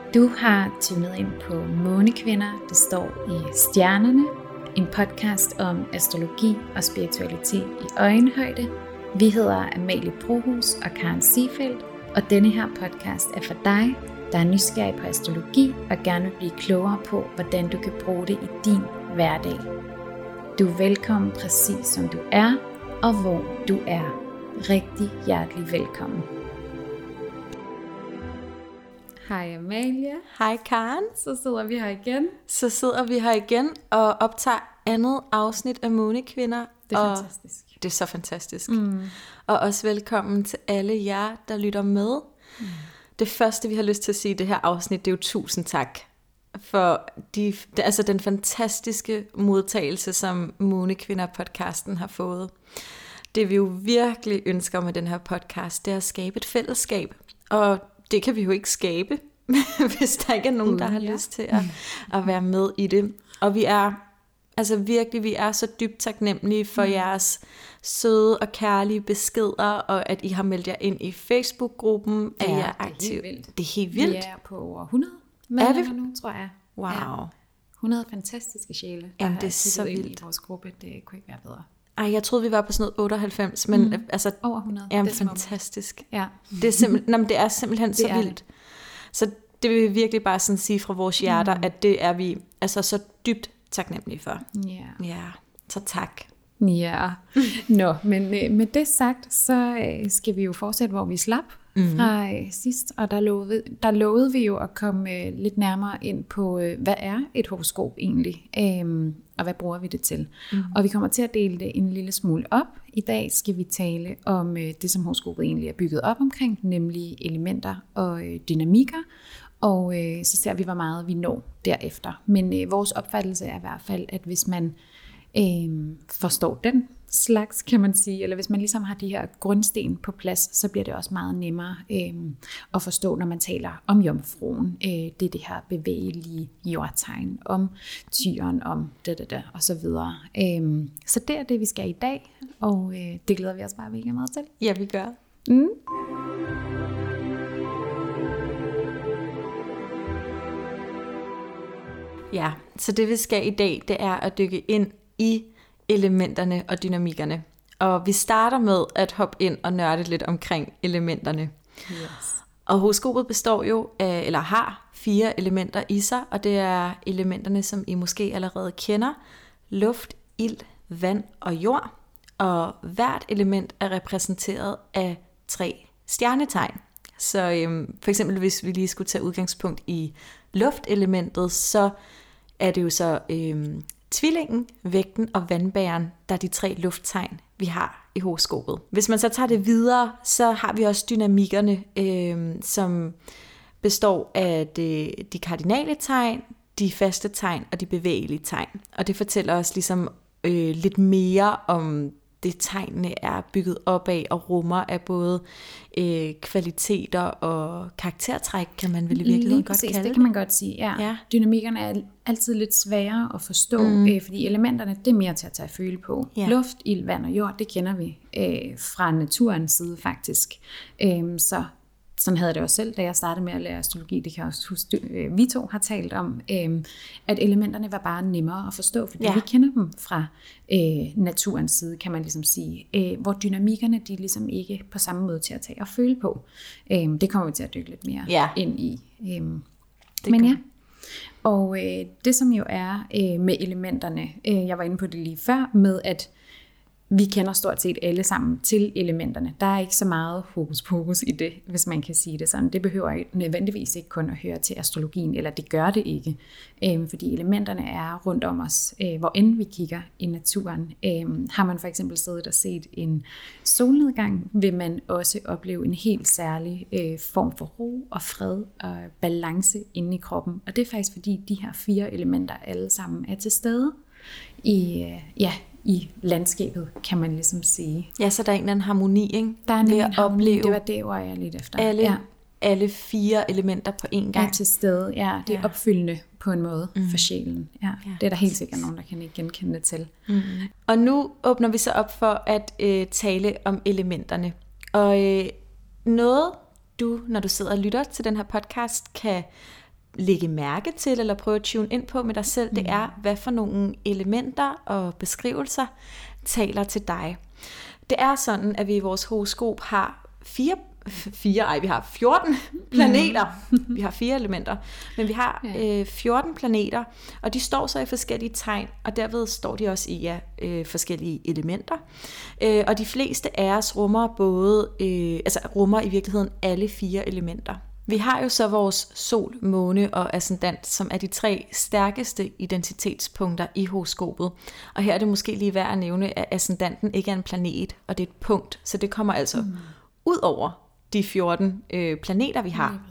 Du har tunet ind på Månekvinder, det står i stjernerne. En podcast om astrologi og spiritualitet i øjenhøjde. Vi hedder Amalie Brohus og Karen Seefeldt, og denne her podcast er for dig, der er nysgerrig på astrologi og gerne vil blive klogere på, hvordan du kan bruge det i din hverdag. Du er velkommen præcis som du er, og hvor du er. Rigtig hjertelig velkommen. Hej Amalie. Hej Karen. Så sidder vi her igen. Og optager andet afsnit af Månekvinder. Det er fantastisk. Det er så fantastisk. Og også velkommen til alle jer, der lytter med. Det første, vi har lyst til at sige i det her afsnit, det er jo tusind tak for den fantastiske modtagelse, som Månekvinder-podcasten har fået. Det vi jo virkelig ønsker med den her podcast, det er at skabe et fællesskab. Og det kan vi jo ikke skabe, hvis der ikke er nogen, der har lyst til at være med i det. Og vi er så dybt taknemmelige for jeres søde og kærlige beskeder, og at I har meldt jer ind i Facebook-gruppen, at I er aktive. Det er helt vildt. Vi er på over 100 medlemmer nu, tror jeg. Wow. Ja. 100 fantastiske sjæle, der Jamen, har det er så vildt. i vores gruppe. Det kunne ikke være bedre. Ej, jeg troede, vi var på sådan noget 98, men over 100. Jamen, det er fantastisk. Ja. Det er simpelthen så vildt. Det. Så det vil vi virkelig bare sådan sige fra vores hjerter, at det er vi altså så dybt taknemmelige for. Ja, så tak. Ja. Nå, men med det sagt, så skal vi jo fortsætte, hvor vi slap fra sidst, og der lovede vi jo at komme lidt nærmere ind på, hvad er et horoskop egentlig, og hvad bruger vi det til. Og vi kommer til at dele det en lille smule op. I dag skal vi tale om det, som horoskopet egentlig er bygget op omkring, nemlig elementer og dynamikker, og så ser vi, hvor meget vi når derefter. Men vores opfattelse er i hvert fald, at hvis man forstår den slags, kan man sige, eller hvis man ligesom har de her grundsten på plads, så bliver det også meget nemmere at forstå, når man taler om jomfruen. Det er det her bevægelige jordtegn, om tyren, om og så videre. Så det er det, vi skal i dag, og det glæder vi os bare virkelig meget til. Ja, vi gør. Ja, så det vi skal i dag, det er at dykke ind i elementerne og dynamikkerne. Og vi starter med at hoppe ind og nørde lidt omkring elementerne. Yes. Og horoskopet består jo af, eller har 4 elementer i sig, og det er elementerne, som I måske allerede kender: luft, ild, vand og jord. Og hvert element er repræsenteret af 3 stjernetegn. Så for eksempel hvis vi lige skulle tage udgangspunkt i luftelementet, så er det jo så tvillingen, vægten og vandbæreren, der er de 3 lufttegn, vi har i horoskopet. Hvis man så tager det videre, så har vi også dynamikkerne, som består af de kardinale tegn, de faste tegn og de bevægelige tegn. Og det fortæller os ligesom lidt mere om det, tegnene er bygget op af og rummer af både kvaliteter og karaktertræk, kan man vel i virkeligheden godt kalde det. Det kan man godt sige, ja. Dynamikkerne er altid lidt sværere at forstå, fordi elementerne, det er mere til at tage føle på. Ja. Luft, ild, vand og jord, det kender vi fra naturens side faktisk. Så sådan havde jeg det også selv, da jeg startede med at lære astrologi. Det kan jeg også huske, vi to har talt om, at elementerne var bare nemmere at forstå, fordi vi kender dem fra naturens side, kan man ligesom sige. Hvor dynamikkerne, de er ligesom ikke på samme måde til at tage og føle på. Det kommer vi til at dykke lidt mere ind i. Og det som jo er med elementerne, jeg var inde på det lige før, med at vi kender stort set alle sammen til elementerne. Der er ikke så meget hokus pokus i det, hvis man kan sige det sådan. Det behøver nødvendigvis ikke kun at høre til astrologien, eller det gør det ikke. Fordi elementerne er rundt om os, hvor end vi kigger i naturen. Har man for eksempel siddet og set en solnedgang, vil man også opleve en helt særlig form for ro og fred og balance inde i kroppen. Og det er faktisk fordi de her 4 elementer alle sammen er til stede i landskabet, kan man ligesom sige. Ja, så der er en eller anden harmoni, ikke? Der er en harmoni, det var det ord, jeg lidt efter. Alle 4 elementer på én gang. Er til stede, det er opfyldende på en måde for sjælen. Ja. Det er der helt sikkert nogen, der kan ikke genkende det til. Og nu åbner vi så op for at tale om elementerne. Og noget du, når du sidder og lytter til den her podcast, kan lægge mærke til, eller prøve at tune ind på med dig selv, det er, hvad for nogle elementer og beskrivelser taler til dig. Det er sådan, at vi i vores horoskop har 14 planeter. Vi har 4 elementer, men vi har 14 planeter, og de står så i forskellige tegn, og derved står de også i forskellige elementer. Og de fleste af os rummer i virkeligheden alle 4 elementer. Vi har jo så vores sol, måne og ascendant, som er de 3 stærkeste identitetspunkter i horoskopet. Og her er det måske lige værd at nævne, at ascendanten ikke er en planet, og det er et punkt, så det kommer altså ud over de 14 planeter, vi har.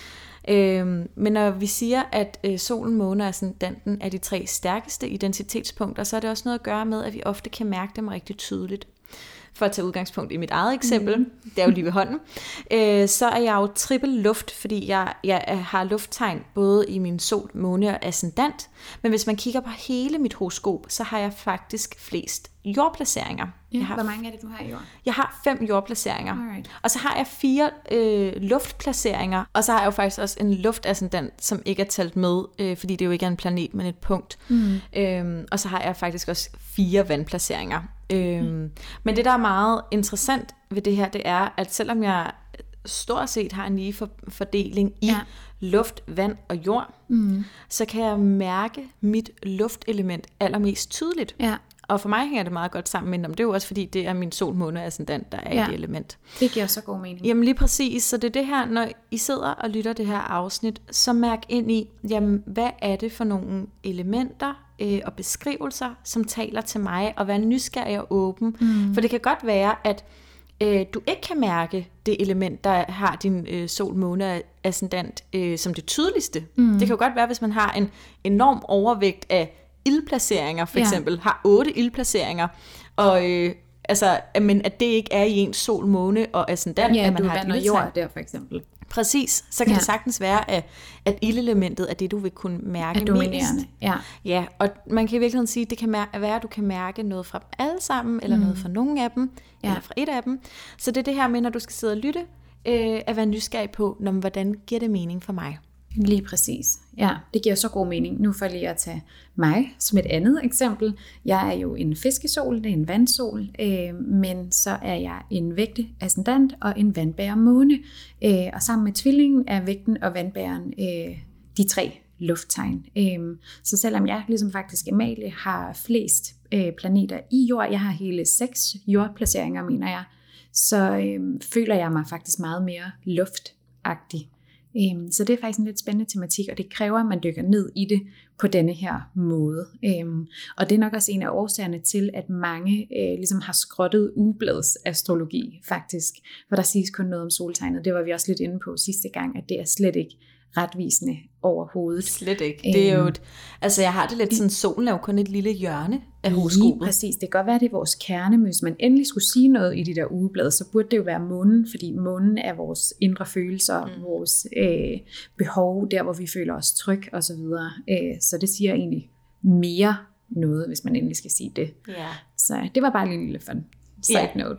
Men når vi siger, at solen, månen og ascendanten er de 3 stærkeste identitetspunkter, så er det også noget at gøre med, at vi ofte kan mærke dem rigtig tydeligt. For at tage udgangspunkt i mit eget eksempel, det er jo lige ved hånden, så er jeg jo triple luft, fordi jeg har lufttegn både i min sol, måne og ascendant. Men hvis man kigger på hele mit horoskop, så har jeg faktisk flest jordplaceringer. Hvor mange er det, du har i jord? Jeg har 5 jordplaceringer. Alright. Og så har jeg 4 luftplaceringer, og så har jeg jo faktisk også en luftascendant, som ikke er talt med, fordi det jo ikke er en planet, men et punkt. Og så har jeg faktisk også 4 vandplaceringer. Men det, der er meget interessant ved det her, det er, at selvom jeg stort set har en lige fordeling i luft, vand og jord, så kan jeg mærke mit luftelement allermest tydeligt. Ja. Og for mig hænger det meget godt sammen, men det er jo også fordi, det er min sol, måne og ascendant, der er i det element. Det giver så god mening. Jamen lige præcis, så det er det her, når I sidder og lytter det her afsnit, så mærk ind i, jamen hvad er det for nogle elementer og beskrivelser, som taler til mig, og vær nysgerrig og åben. For det kan godt være, at du ikke kan mærke det element, der har din sol, måne og ascendant som det tydeligste. Det kan jo godt være, hvis man har en enorm overvægt af ildplaceringer, for eksempel, har 8 ildplaceringer, og men at det ikke er i ens sol, måne og ascendant, at man har et ildtegn. Jord der, for eksempel. Præcis, så kan det sagtens være, at ildelementet er det, du vil kunne mærke mest. Dominerende, ja, og man kan i virkeligheden sige, at det kan være, at du kan mærke noget fra dem alle sammen, eller noget fra nogle af dem, eller fra et af dem. Så det er det her med, når du skal sidde og lytte, at være nysgerrig på, hvordan giver det mening for mig. Lige præcis. Ja, det giver så god mening. Nu får jeg at tage mig som et andet eksempel. Jeg er jo en fiskesol, det er en vandsol, men så er jeg en vægte ascendant og en vandbærer måne. Og sammen med tvillingen er vægten og vandbæren de 3 lufttegn. Så selvom jeg ligesom faktisk Amalie har flest planeter i jord, jeg har hele 6 jordplaceringer, mener jeg, så føler jeg mig faktisk meget mere luftagtig. Så det er faktisk en lidt spændende tematik, og det kræver, at man dykker ned i det på denne her måde. Og det er nok også en af årsagerne til, at mange ligesom har skrottet ugebladets astrologi faktisk. For der siges kun noget om soltegnet. Det var vi også lidt inde på sidste gang, at det er slet ikke retvisende overhovedet. Slet ikke. Det er jo jeg har det lidt sådan, solen er jo kun et lille hjørne af horoskopet. Præcis. Det kan godt være, det er vores kerne, men hvis man endelig skulle sige noget i de der ugeblade, så burde det jo være månen, fordi månen er vores indre følelser, vores behov, der hvor vi føler os tryg og så videre. Så det siger egentlig mere noget, hvis man endelig skal sige det. Yeah. Så det var bare en lille fun side note.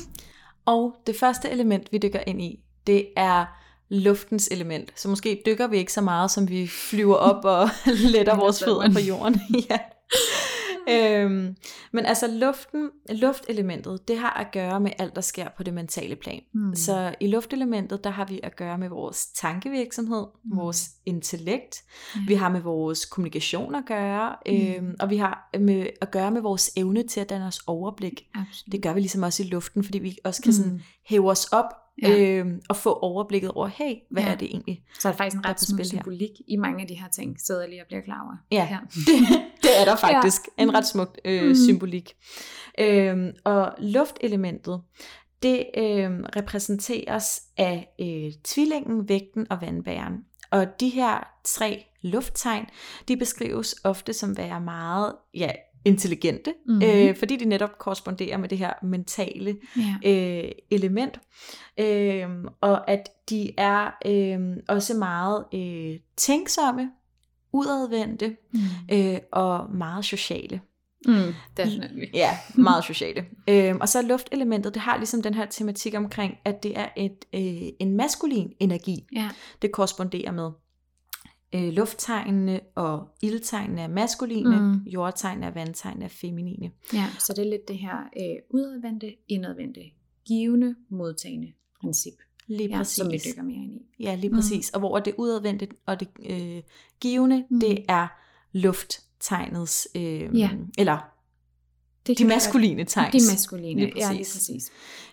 Og det første element, vi dykker ind i, det er luftens element. Så måske dykker vi ikke så meget, som vi flyver op og letter vores fødder på jorden. Men altså luftelementet, det har at gøre med alt, der sker på det mentale plan. Så i luftelementet, der har vi at gøre med vores tankevirksomhed, vores intellekt, vi har med vores kommunikation at gøre, og vi har at gøre med vores evne til at danne os overblik. Absolut. Det gør vi ligesom også i luften, fordi vi også kan sådan hæve os op, og få overblikket over, hey, hvad er det egentlig? Så er der faktisk en ret smuk symbolik i mange af de her ting, sidder jeg lige og bliver klar over. Ja, det er der faktisk. En ret smuk symbolik. Og luftelementet, det repræsenteres af tvillingen, vægten og vandbæren. Og de her 3 lufttegn, de beskrives ofte som være meget intelligente, fordi de netop korresponderer med det her mentale element, og at de er også meget tænksomme, udadvendte og meget sociale. Definitely. Ja, meget sociale. Og så luftelementet, det har ligesom den her tematik omkring, at det er en maskulin energi, det korresponderer med. lufttegnene og ildtegnene er maskuline, jordtegnene og vandtegnene er feminine. Ja, så det er lidt det her udadvendte, indadvendte, givende, modtagende princip. Lige præcis. Som vi dykker mere ind i. Ja, lige præcis. Og hvor det udadvendte og det givende, det er lufttegnets, eller de maskuline tegns. De maskuline, lige præcis.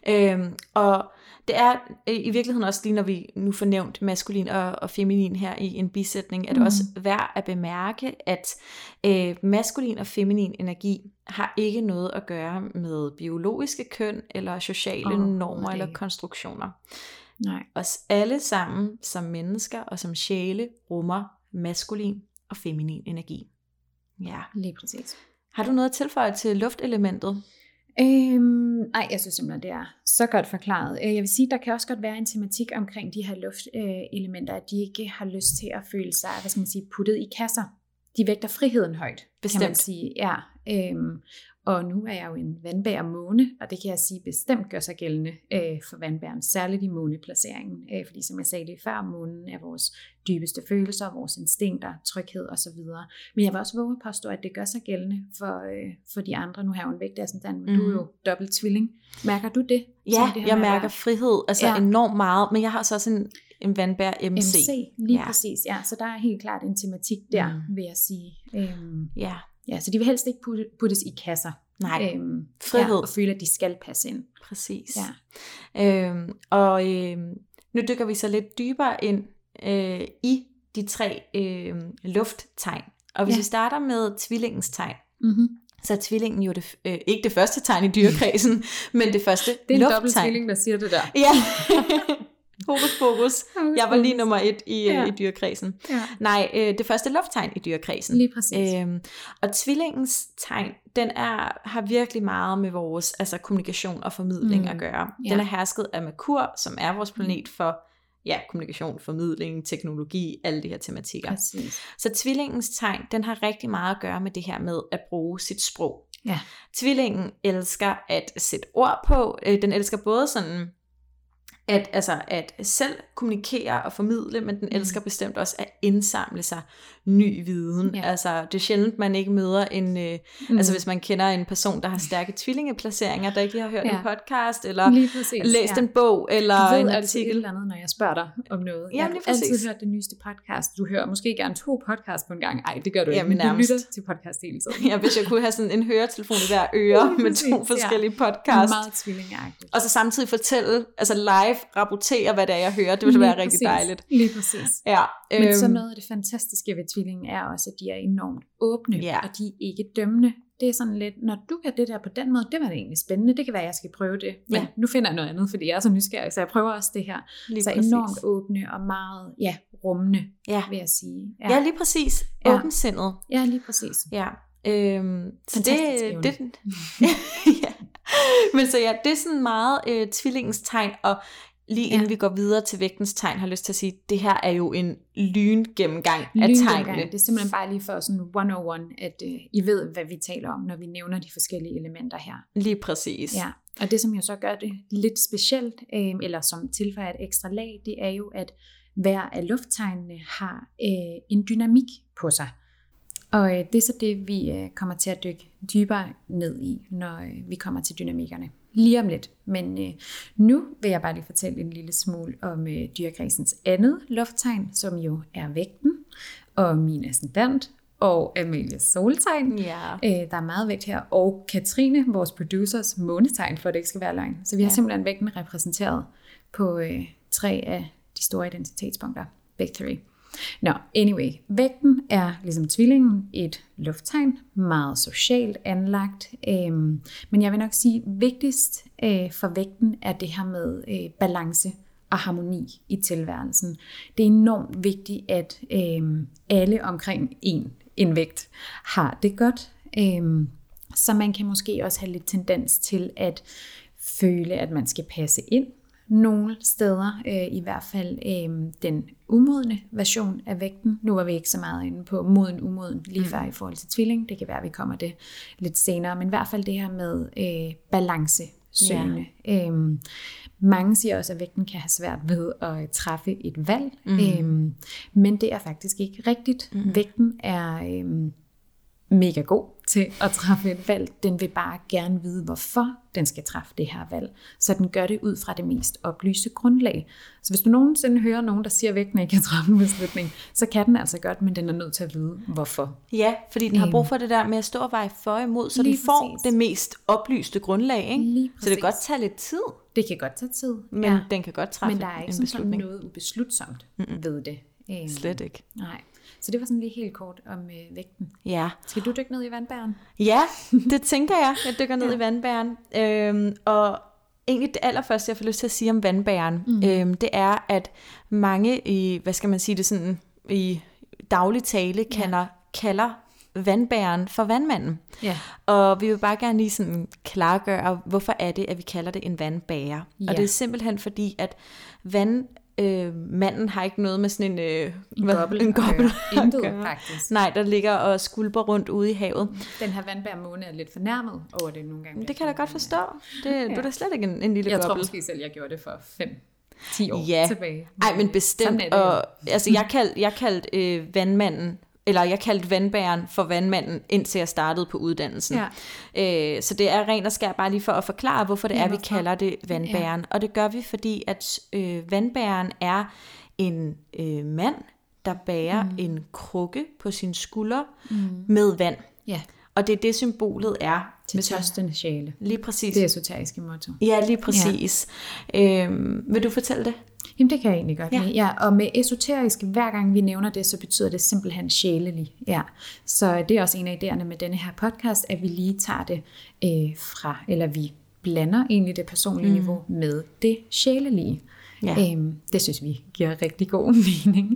Og det er i virkeligheden også lige, når vi nu får nævnt maskulin og feminin her i en bisætning, er det også værd at bemærke, at maskulin og feminin energi har ikke noget at gøre med biologiske køn eller sociale normer eller konstruktioner. Nej. Os alle sammen som mennesker og som sjæle rummer maskulin og feminin energi. Ja. Lige præcis. Har du noget at tilføje til luftelementet? Nej, jeg synes simpelthen, det er så godt forklaret. Jeg vil sige, der kan også godt være en tematik omkring de her luftelementer, at de ikke har lyst til at føle sig, puttet i kasser. De vægter friheden højt, kan man sige. Ja. Og nu er jeg jo en vandbærer måne, og det kan jeg sige bestemt gør sig gældende for vandbæren, særligt i måneplaceringen. Fordi som jeg sagde lige før, månen er vores dybeste følelser, vores instinkter, tryghed osv. Men jeg vil også våge at påstå, at det gør sig gældende for de andre. Nu har jeg jo en vægt ascendant, men du er jo dobbelt tvilling. Mærker du det? Ja, jeg mærker frihed enormt meget, men jeg har så også en vandbærer MC. Lige præcis, ja. Så der er helt klart en tematik der, vil jeg sige. Ja, så de vil helst ikke puttes i kasser. Nej, frihed. Og føle, at de skal passe ind. Præcis. Ja. Nu dykker vi så lidt dybere ind i de 3 lufttegn. Og hvis vi starter med tvillingens tegn, så er tvillingen jo ikke det første tegn i dyrekredsen, men det første lufttegn. Det er en dobbelt tvilling, der siger det der. Ja. Fokus. Jeg var lige nummer 1 i dyrekredsen. Ja. Nej, det første lufttegn i dyrekredsen. Lige præcis. Og tvillingens tegn, den har virkelig meget med vores kommunikation og formidling at gøre. Den er hersket af Merkur, som er vores planet for kommunikation, formidling, teknologi, alle de her tematikker. Præcis. Så tvillingens tegn, den har rigtig meget at gøre med det her med at bruge sit sprog. Ja. Tvillingen elsker at sætte ord på. Den elsker både sådan at selv kommunikere og formidle, men den elsker bestemt også at indsamle sig ny viden. Ja. Altså, det er sjældent, man ikke møder en, hvis man kender en person, der har stærke tvillingeplaceringer, der ikke lige har hørt en podcast, eller læst en bog, eller en artikel. Et eller andet, når jeg spørger dig om noget. Jeg har altid hørt det nyeste podcast. Du hører måske gerne 2 podcasts på en gang. Ej, det gør du ikke. Men du lytter til podcast hele tiden. Ja, hvis jeg kunne have sådan en høretelefon i hver øre med 2 forskellige podcasts. Meget tvillingagtigt. Og så samtidig fortælle, live rapportere, hvad det er, jeg hører. Det ville være rigtig dejligt. Lige præcis. Ja. Men så noget af det fantastiske ved tvillingen er også, at de er enormt åbne, og de er ikke dømmende. Det er sådan lidt, når du kan det der på den måde, det var det egentlig spændende. Det kan være, at jeg skal prøve det. Men nu finder jeg noget andet, fordi jeg er så nysgerrig, så jeg prøver også det her. Lige så præcis. Enormt åbne og meget rummende, vil jeg sige. Ja, lige præcis. Åbensindet. Ja, lige præcis. Ja. Fantastisk det ja. Men så det er sådan meget tvillingens tegn, og lige inden vi går videre til vægtens tegn, har jeg lyst til at sige, at det her er jo en lyngennemgang af tegnene. Det er simpelthen bare lige for sådan 101, at I ved, hvad vi taler om, når vi nævner de forskellige elementer her. Lige præcis. Ja, og det som jo så gør det lidt specielt, eller som tilføjer et ekstra lag, det er jo, at hver af lufttegnene har en dynamik på sig. Og det er så det, vi kommer til at dykke dybere ned i, når vi kommer til dynamikkerne. Lige om lidt. Men nu vil jeg bare lige fortælle en lille smule om dyrekredsens andet lufttegn, som jo er vægten, og min ascendant, og Amalies soltegn. Ja. Der er meget vægt her. Og Katrine, vores producers månetegn, for at det ikke skal være løgn. Så vi har simpelthen vægten repræsenteret på 3 af de store identitetspunkter. Big 3. Anyway, vægten er ligesom tvillingen et lufttegn, meget socialt anlagt, men jeg vil nok sige, vigtigst for vægten er det her med balance og harmoni i tilværelsen. Det er enormt vigtigt, at alle omkring en vægt har det godt, så man kan måske også have lidt tendens til at føle, at man skal passe ind. Nogle steder, i hvert fald den umodne version af vægten. Nu var vi ikke så meget inde på moden-umoden lige før i forhold til tvilling. Det kan være, at vi kommer det lidt senere. Men i hvert fald det her med balance frihedssøgende. Mange siger også, at vægten kan have svært ved at træffe et valg, men det er faktisk ikke rigtigt. Vægten er mega god til at træffe et valg. Den vil bare gerne vide, hvorfor den skal træffe det her valg. Så den gør det ud fra det mest oplyste grundlag. Så hvis du nogensinde hører nogen, der siger, at vægten ikke kan træffe en beslutning, så kan den altså godt, men den er nødt til at vide, hvorfor. Ja, fordi den har brug for det der med at stå og veje for imod, så den får det mest oplyste grundlag. Ikke? Så det kan godt tage lidt tid. Det kan godt tage tid. Men den kan godt træffe en beslutning. Men der er ikke sådan noget ubeslutsomt ved det. Slet ikke. Nej. Så det var sådan lige helt kort om vægten. Ja. Skal du dykke ned i vandbæren? Ja, det tænker jeg. Jeg dykker ned i vandbæren. Og egentlig det allerførste, jeg får lyst til at sige om vandbæren, det er, at mange i, hvad skal man sige det sådan, i daglig tale kalder vandbæren for vandmanden. Ja. Og vi vil bare gerne lige sådan klargøre, hvorfor er det, at vi kalder det en vandbærer. Ja. Og det er simpelthen fordi, at manden har ikke noget med sådan en gobbel. Intet, faktisk. Nej, der ligger og skulper rundt ude i havet. Den her vandbærmåne er lidt fornærmet over det nogle gange. Det kan jeg da godt forstå. Du er da slet ikke en lille gobbel. Jeg tror måske selv, jeg gjorde det for 5-10 år tilbage. Nej, men bestemt. Og, altså, jeg kaldte vandmanden, eller jeg kaldte vandbæren for vandmanden, indtil jeg startede på uddannelsen. Ja. Så det er rent og skær bare lige for at forklare, hvorfor det er, vi kalder det vandbæren. Ja. Og det gør vi, fordi at vandbæren er en mand, der bærer en krukke på sin skulder med vand. Ja. Og det er det, symbolet er. Til tørstende sjæle. Lige præcis. Det esoteriske motto. Ja, lige præcis. Ja. Vil du fortælle det? Jamen det kan jeg egentlig godt lide. Ja, og med esoterisk, hver gang vi nævner det, så betyder det simpelthen sjælelig. Ja. Så det er også en af idéerne med denne her podcast, at vi lige tager det fra, eller vi blander egentlig det personlige niveau med det sjælelige. Ja. Det synes vi giver rigtig god mening.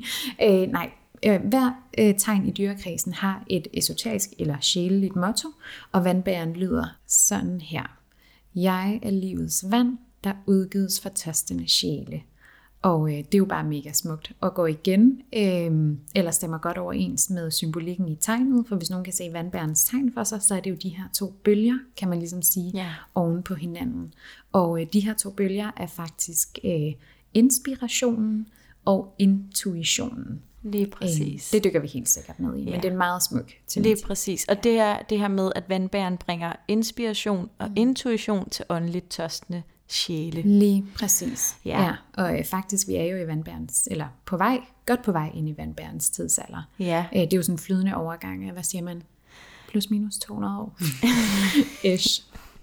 Hver tegn i dyrekredsen har et esoterisk eller sjæleligt motto, og vandbæren lyder sådan her. Jeg er livets vand, der udgives for tørstende sjæle. Og det er jo bare mega smukt at gå igen, eller stemmer godt overens med symbolikken i tegnet, for hvis nogen kan se vandbærens tegn for sig, så er det jo de her 2 bølger, kan man ligesom sige, oven på hinanden. Og de her 2 bølger er faktisk inspirationen og intuitionen. Lige præcis. Det dykker vi helt sikkert ned i, men det er en meget smuk tematik. Lige præcis. Og det er det her med, at vandbæren bringer inspiration og intuition til åndeligt tørstende sjæle. Lige præcis. Ja. Og faktisk, vi er jo i vandbærens, eller godt på vej ind i vandbærens tidsalder. Ja. Det er jo sådan en flydende overgang af, hvad siger man, plus minus 200 år. Ish.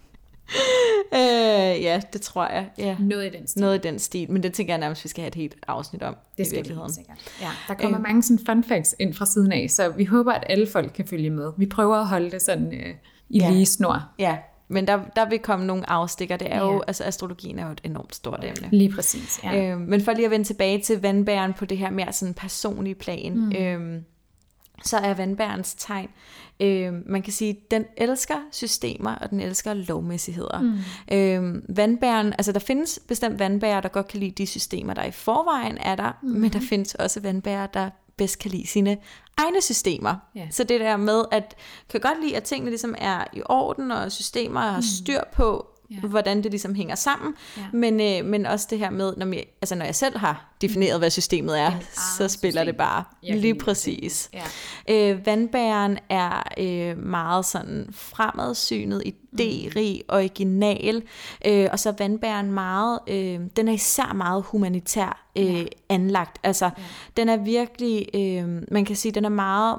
Ja, det tror jeg. Ja. Noget i den stil. Men det tænker jeg nærmest, vi skal have et helt afsnit om. Det skal vi helt sikkert. Ja, der kommer mange sådan fun facts ind fra siden af, så vi håber, at alle folk kan følge med. Vi prøver at holde det sådan i lige snor. Ja, men der vil komme nogle afstikker. Det er jo, altså astrologien er jo et enormt stort emne. Lige præcis, ja. Men for lige at vende tilbage til vandbæren på det her mere sådan personlige plan, så er vandbærens tegn, man kan sige, den elsker systemer, og den elsker lovmæssigheder. Vandbæren, altså der findes bestemt vandbærer, der godt kan lide de systemer, der i forvejen er der, men der findes også vandbærer, der bedst kan lide sine egne systemer. Så det der med, at kan godt lide, at tingene ligesom er i orden, og systemer har styr på, hvordan det ligesom hænger sammen, men også det her med, når jeg selv har defineret, hvad systemet er, så spiller det bare lige præcis. Vandbæren er meget sådan fremadsynet, idérig, original, og så vandbæren meget, den er især meget humanitær anlagt. Altså, den er virkelig, man kan sige, den er meget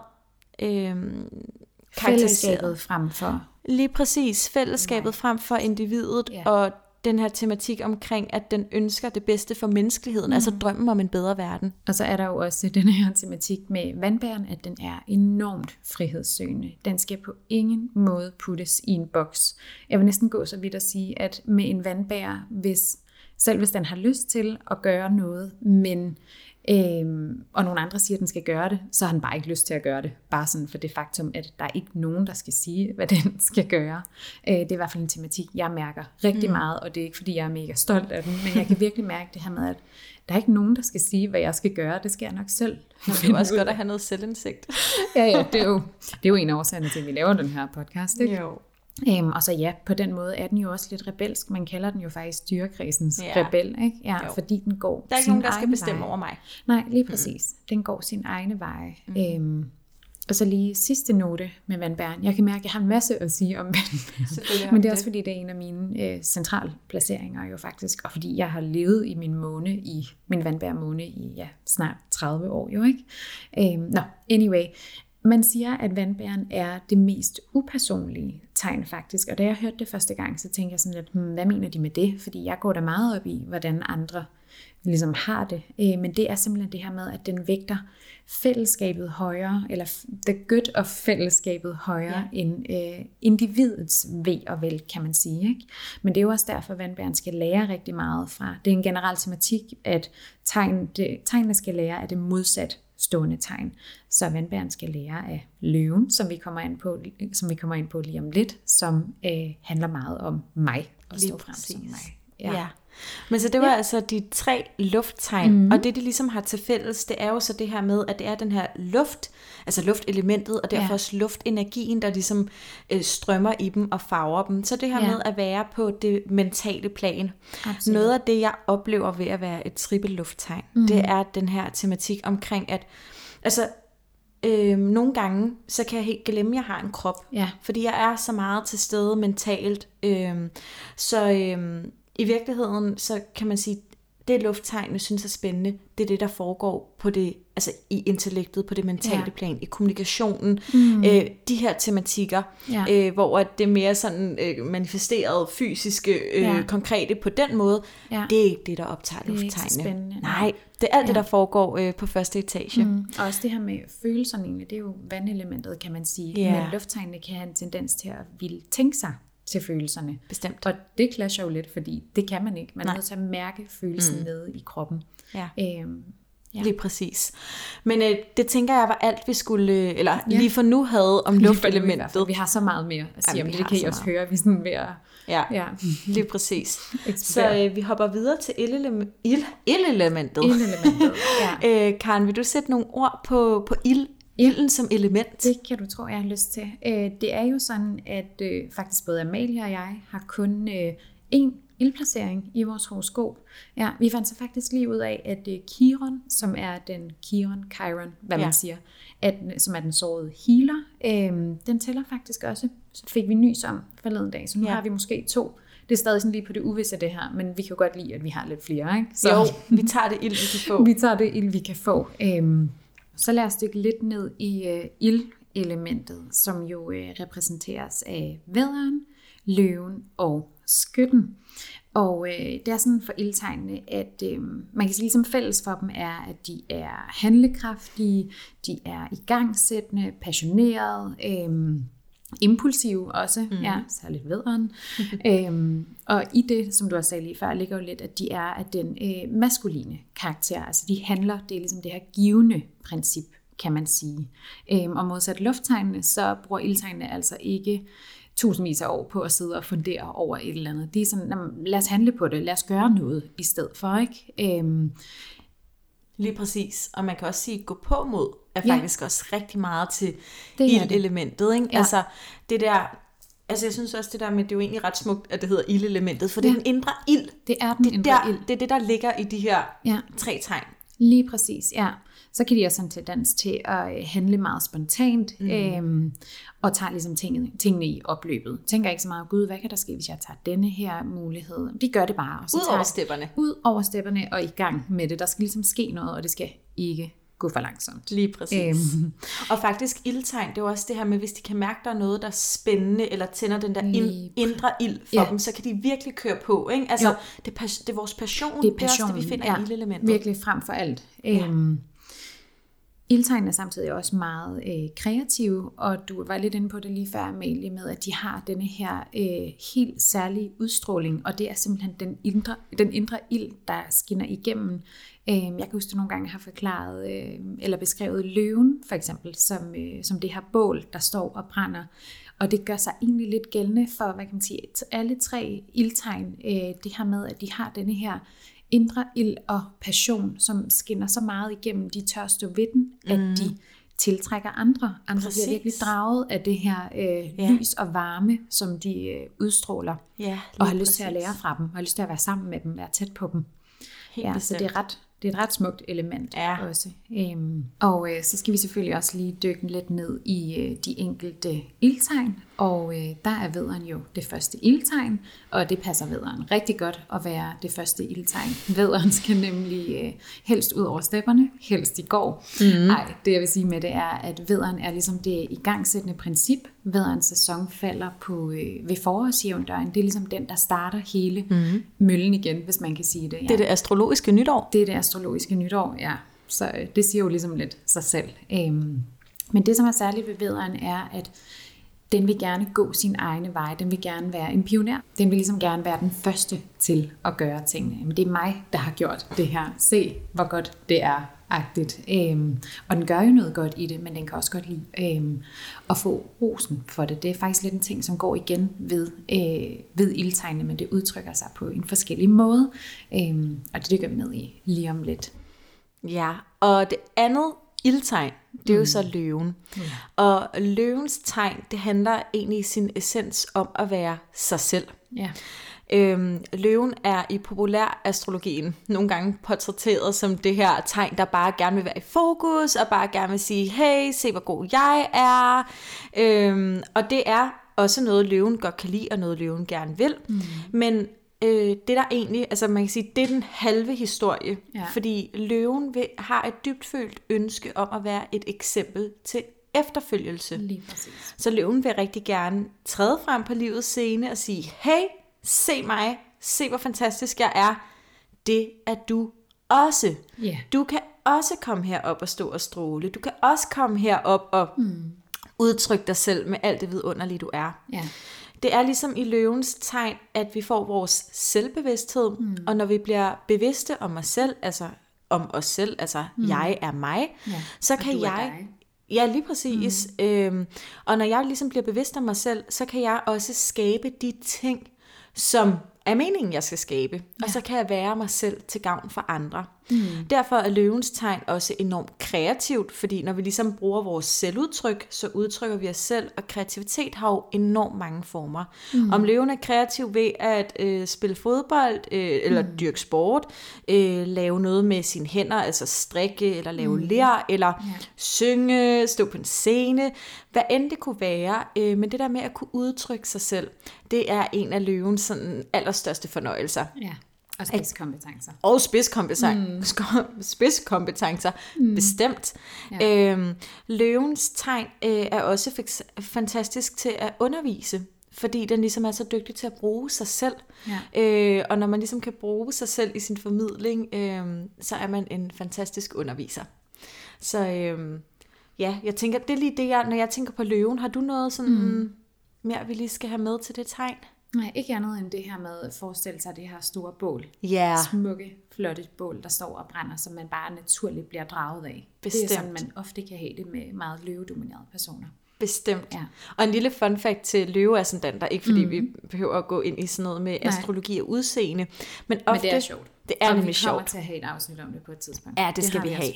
fællesskabet frem for. Lige præcis, fællesskabet frem for individet, og den her tematik omkring, at den ønsker det bedste for menneskeligheden, altså drømmen om en bedre verden. Og så er der jo også den her tematik med vandbæren, at den er enormt frihedssøgende. Den skal på ingen måde puttes i en boks. Jeg vil næsten gå så vidt at sige, at med en vandbærer, selv hvis den har lyst til at gøre noget, men og nogle andre siger, at den skal gøre det, så har den bare ikke lyst til at gøre det. Bare sådan for det faktum, at der er ikke nogen, der skal sige, hvad den skal gøre. Det er i hvert fald en tematik, jeg mærker rigtig meget, og det er ikke, fordi jeg er mega stolt af den, men jeg kan virkelig mærke det her med, at der er ikke nogen, der skal sige, hvad jeg skal gøre. Det skal jeg nok selv. Det er jo også godt at have noget selvindsigt. Ja, det er jo en af årsagerne til, at vi laver den her podcast, ikke? Jo. Og så ja, på den måde er den jo også lidt rebelsk. Man kalder den jo faktisk dyrekredsens rebel, ikke? Ja, fordi den går der er ikke nogen, der skal bestemme over mig. Nej, lige præcis. Den går sin egne veje. Og så lige sidste note med vandbæren. Jeg kan mærke, at jeg har en masse at sige om vandbæren. Men det er også fordi, det er en af mine centralplaceringer jo faktisk. Og fordi jeg har levet i min vandbærmåne i snart 30 år jo, ikke? Anyway. Man siger, at vandbæren er det mest upersonlige tegn faktisk. Og da jeg hørte det første gang, så tænkte jeg sådan lidt, hvad mener de med det? Fordi jeg går da meget op i, hvordan andre ligesom har det. Men det er simpelthen det her med, at den vægter fællesskabet højere, eller the good of fællesskabet højere end individets ve og vel, kan man sige. Ikke? Men det er jo også derfor, at vandbæren skal lære rigtig meget fra. Det er en generel tematik, at tegnene skal lære af det modsat stående tegn. Så vandbæren skal lære af løven, som vi kommer ind på lige om lidt, som handler meget om mig og stå frem som mig. Ja. Men så det var altså de 3 lufttegn, og det de ligesom har til fælles, det er jo så det her med, at det er den her luft, altså luftelementet, og derfor også luftenergien, der ligesom strømmer i dem og farver dem. Så det her med at være på det mentale plan. Absolut. Noget af det, jeg oplever ved at være et trippellufttegn, det er den her tematik omkring, at altså nogle gange, så kan jeg helt glemme, at jeg har en krop, fordi jeg er så meget til stede mentalt, i virkeligheden, så kan man sige, det lufttegn, jeg synes er spændende, det er det, der foregår på det, altså i intellektet, på det mentale plan, i kommunikationen, de her tematikker, hvor det er mere sådan manifesteret, fysiske, konkrete på den måde, det er ikke det, der optager lufttegnene. Nej, det er alt det, der foregår på første etage. Og også det her med følelserne egentlig, det er jo vandelementet, kan man sige. Men lufttegnene kan have en tendens til at ville tænke sig til følelserne. Bestemt. Og det clasher jo lidt, fordi det kan man ikke. Man er nødt til at mærke følelsen nede i kroppen. Lige præcis. Men det tænker jeg var alt, vi skulle, eller lige for nu havde om luftelementet. Vi har så meget mere at sige om det. Det kan I også høre, vi sådan ved at... Lige præcis. Så vi hopper videre til ildelementet. Karen, vil du sætte nogle ord på ilden som element? Det kan du tro, jeg har lyst til. Det er jo sådan, at faktisk både Amalie og jeg har kun én ildplacering i vores horoskop. Ja, vi fandt så faktisk lige ud af, at Chiron, som er den Chiron, hvad man siger, som er den sårede healer, den tæller faktisk også. Så fik vi nys om forleden dag, så nu har vi måske 2. Det er stadig sådan lige på det uvisse det her, men vi kan jo godt lide, at vi har lidt flere, ikke? Så jo, vi tager det ild, vi kan få. Vi tager det ild, vi kan få. Så lad os dykke lidt ned i ildelementet, som jo repræsenteres af vædderen, løven og skytten. Og det er sådan for ildtegnene, at man kan sige ligesom fælles for dem er, at de er handlekraftige, de er igangsættende, passionerede, impulsive også, særligt vædderen. Og i det, som du også sagde lige før, ligger jo lidt, at de er af den maskuline karakter. Altså de handler, det er ligesom det her givende princip, kan man sige. Og modsat lufttegnene, så bruger ildtegnene altså ikke tusindvis af år på at sidde og fundere over et eller andet. De er sådan, lad os handle på det, lad os gøre noget i stedet for, ikke? Lige præcis. Og man kan også sige, gå på mod er faktisk også rigtig meget til ildelementet, ikke? Ja. Altså det der, altså jeg synes også det der med, det er jo egentlig ret smukt, at det hedder ildelementet, for det er den indre ild. Det er den indre ild. Det er det, der ligger i de her 3 tegn. Lige præcis, ja. Så kan de også have en tendens til at handle meget spontant, og tager ligesom tingene i opløbet. Tænker ikke så meget, gud, hvad kan der ske, hvis jeg tager denne her mulighed? De gør det bare. Og så ud over stepperne og i gang med det. Der skal ligesom ske noget, og det skal ikke gå for langsomt. Lige præcis. Og faktisk ildtegn, det er jo også det her med, hvis de kan mærke, der er noget, der er spændende, eller tænder den der indre ild for dem, så kan de virkelig køre på, ikke? Altså, det er vores passion. Det er også det, vi finder i ildelementet. Virkelig frem for alt. Ildtegn er samtidig også meget kreative, og du var lidt inde på det lige før, Amalie, med at de har denne her helt særlige udstråling, og det er simpelthen den indre ild, der skinner igennem. Jeg kan huske, at nogle gange har forklaret eller beskrevet løven, for eksempel, som det her bål, der står og brænder. Og det gør sig egentlig lidt gældende for, hvad kan man sige, alle 3 ildtegn, det her med, at de har denne her indre ild og passion, som skinner så meget igennem, de tør stå ved den, at tiltrækker andre. Andre bliver virkelig draget af det her lys og varme, som de udstråler. Ja, og har lyst til at lære fra dem, og har lyst til at være sammen med dem, være tæt på dem. Så det er et ret smukt element også. Og så skal vi selvfølgelig også lige dykke lidt ned i de enkelte ildtegn. Og der er vædderen jo det første ildtegn, og det passer vædderen rigtig godt at være det første ildtegn. Vædderen skal nemlig helst ud over stepperne, helst i går. Nej, det jeg vil sige med det er, at vædderen er ligesom det igangsættende princip. Vædderens sæson falder på ved forårsjævndøgn. Det er ligesom den, der starter hele møllen igen, hvis man kan sige det. Ja. Det er det astrologiske nytår. Det er det astrologiske nytår, ja. Så det siger jo ligesom lidt sig selv. Men det, som er særligt ved vædderen, er, at den vil gerne gå sin egne vej. Den vil gerne være en pioner. Den vil ligesom gerne være den første til at gøre tingene. Men det er mig, der har gjort det her. Se, hvor godt det er. Agtigt. Og den gør jo noget godt i det, men den kan også godt lide at få rosen for det. Det er faktisk lidt en ting, som går igen ved ildtegnene, men det udtrykker sig på en forskellig måde. Og det dykker vi ned i lige om lidt. Ja, og det andet ildtegn, det er jo så løven. Og løvens tegn, det handler egentlig i sin essens om at være sig selv. Ja. Løven er i populær astrologien nogle gange portrætteret som det her tegn, der bare gerne vil være i fokus, og bare gerne vil sige, hey, se hvor god jeg er. Og det er også noget, løven godt kan lide, og noget, løven gerne vil. Men det der egentlig, altså man kan sige, det er den halve historie. Ja. Fordi løven har et dybtfølt ønske om at være et eksempel til efterfølgelse. Lige præcis. Så løven vil rigtig gerne træde frem på livets scene og sige, hey, se mig, se hvor fantastisk jeg er. Det er du også. Yeah. Du kan også komme herop og stå og stråle. Du kan også komme herop og udtrykke dig selv med alt det vidunderlige du er. Yeah. Det er ligesom i løvens tegn, at vi får vores selvbevidsthed, og når vi bliver bevidste om os selv, altså om os selv, altså jeg er mig, så kan jeg... Ja, lige præcis. Og når jeg ligesom bliver bevidst om mig selv, så kan jeg også skabe de ting, som er meningen, jeg skal skabe. Og så kan jeg være mig selv til gavn for andre. Derfor er løvens tegn også enormt kreativt, fordi når vi ligesom bruger vores selvudtryk, så udtrykker vi os selv, og kreativitet har jo enormt mange former. Om løven er kreativ ved at spille fodbold, eller dyrke sport, lave noget med sine hænder, altså strikke, eller lave ler, eller synge, stå på en scene, hvad end det kunne være, men det der med at kunne udtrykke sig selv, det er en af løvens sådan allerstørste fornøjelser. Ja. Og spidskompetencer. Og spidskompetencer, bestemt. Ja. Løvens tegn er også fantastisk til at undervise, fordi den ligesom er så dygtig til at bruge sig selv. Ja. Og når man ligesom kan bruge sig selv i sin formidling, så er man en fantastisk underviser. Så ja, jeg tænker, det er lige det, når jeg tænker på løven. Har du noget sådan mere, vi lige skal have med til det tegn? Nej, ikke andet end det her med at forestille sig det her store bål. Yeah. Smukke, flotte bål, der står og brænder, som man bare naturligt bliver draget af. Bestemt. Det er sådan, man ofte kan have det med meget løvedominerede personer. Bestemt. Ja. Og en lille fun fact til løveascendanter, ikke fordi vi behøver at gå ind i sådan noget med astrologi og udseende, men ofte... Men det er sjovt. Det er nemlig sjovt. Og vi kommer til at have et afsnit om det på et tidspunkt. Ja, det skal vi have.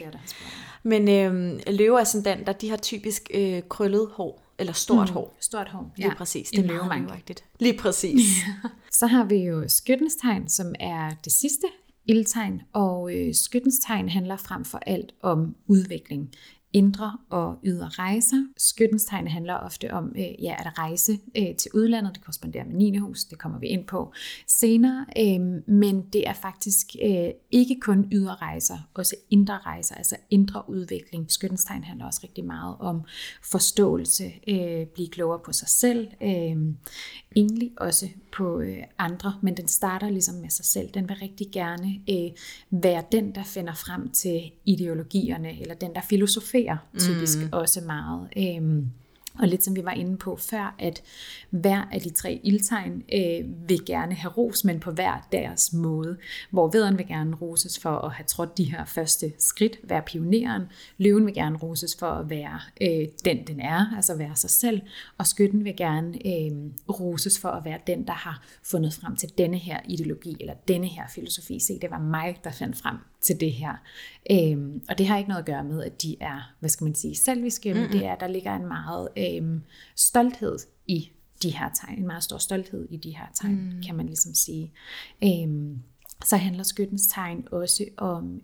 Men løveascendanter, de har typisk krøllet hår, eller stort hår. Stort hår, lige præcis. Det er løveagtigt. Lige præcis. Så har vi jo skyttens tegn, som er det sidste ildtegn, og skyttens tegn handler frem for alt om udvikling. Indre og ydre rejser. Skyttens tegn handler ofte om at rejse til udlandet. Det korresponderer med 9. hus, det kommer vi ind på senere. Men det er faktisk ikke kun ydre rejser, også indre rejser, altså indre udvikling. Skyttens tegn handler også rigtig meget om forståelse, blive klogere på sig selv, egentlig også på andre, men den starter ligesom med sig selv. Den vil rigtig gerne være den, der finder frem til ideologierne, eller den, der filosoferer typisk også meget. Og lidt som vi var inde på før, at hver af de 3 ildtegn vil gerne have ros, men på hver deres måde. Hvor vædderen vil gerne roses for at have trådt de her første skridt, være pioneren. Løven vil gerne roses for at være den er, altså være sig selv. Og skytten vil gerne roses for at være den, der har fundet frem til denne her ideologi, eller denne her filosofi. Se, det var mig, der fandt frem til det her. Og det har ikke noget at gøre med, at de er, hvad skal man sige, selviske, men det er, der ligger en meget stolthed i de her tegn, en meget stor stolthed i de her tegn, kan man ligesom sige. Så handler skyttens tegn også om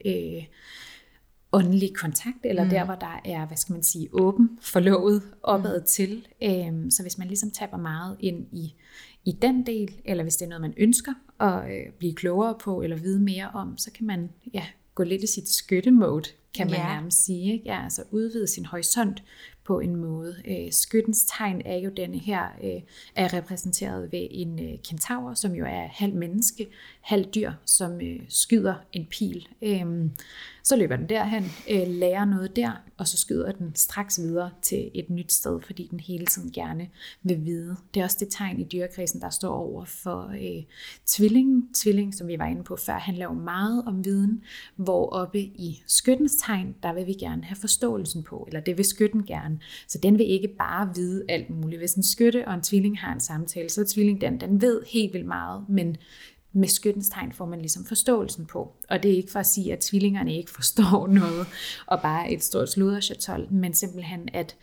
åndelig kontakt, eller der, hvor der er, hvad skal man sige, åben, forlovet, opad til. Så hvis man ligesom taber meget ind i den del, eller hvis det er noget, man ønsker at blive klogere på, eller vide mere om, så kan man gå lidt i sit skyttemode, kan man nærmest sige. Ikke? Ja, altså udvide sin horisont på en måde. Skyttens tegn er jo denne her, er repræsenteret ved en kentaur, som jo er halv menneske, halv dyr, som skyder en pil. Så løber den derhen, lærer noget der, og så skyder den straks videre til et nyt sted, fordi den hele tiden gerne vil vide. Det er også det tegn i dyrekredsen, der står over for tvillingen. Tvillingen, som vi var inde på før, handler jo meget om viden, hvor oppe i skyttens tegn, der vil vi gerne have forståelsen på, eller det vil skytten gerne. Så den vil ikke bare vide alt muligt. Hvis en skytte og en tvilling har en samtale, så er tvillingen den ved helt vildt meget, men med skyttens tegn får man ligesom forståelsen på. Og det er ikke for at sige, at tvillingerne ikke forstår noget, og bare et stort sludderchatol, men simpelthen, at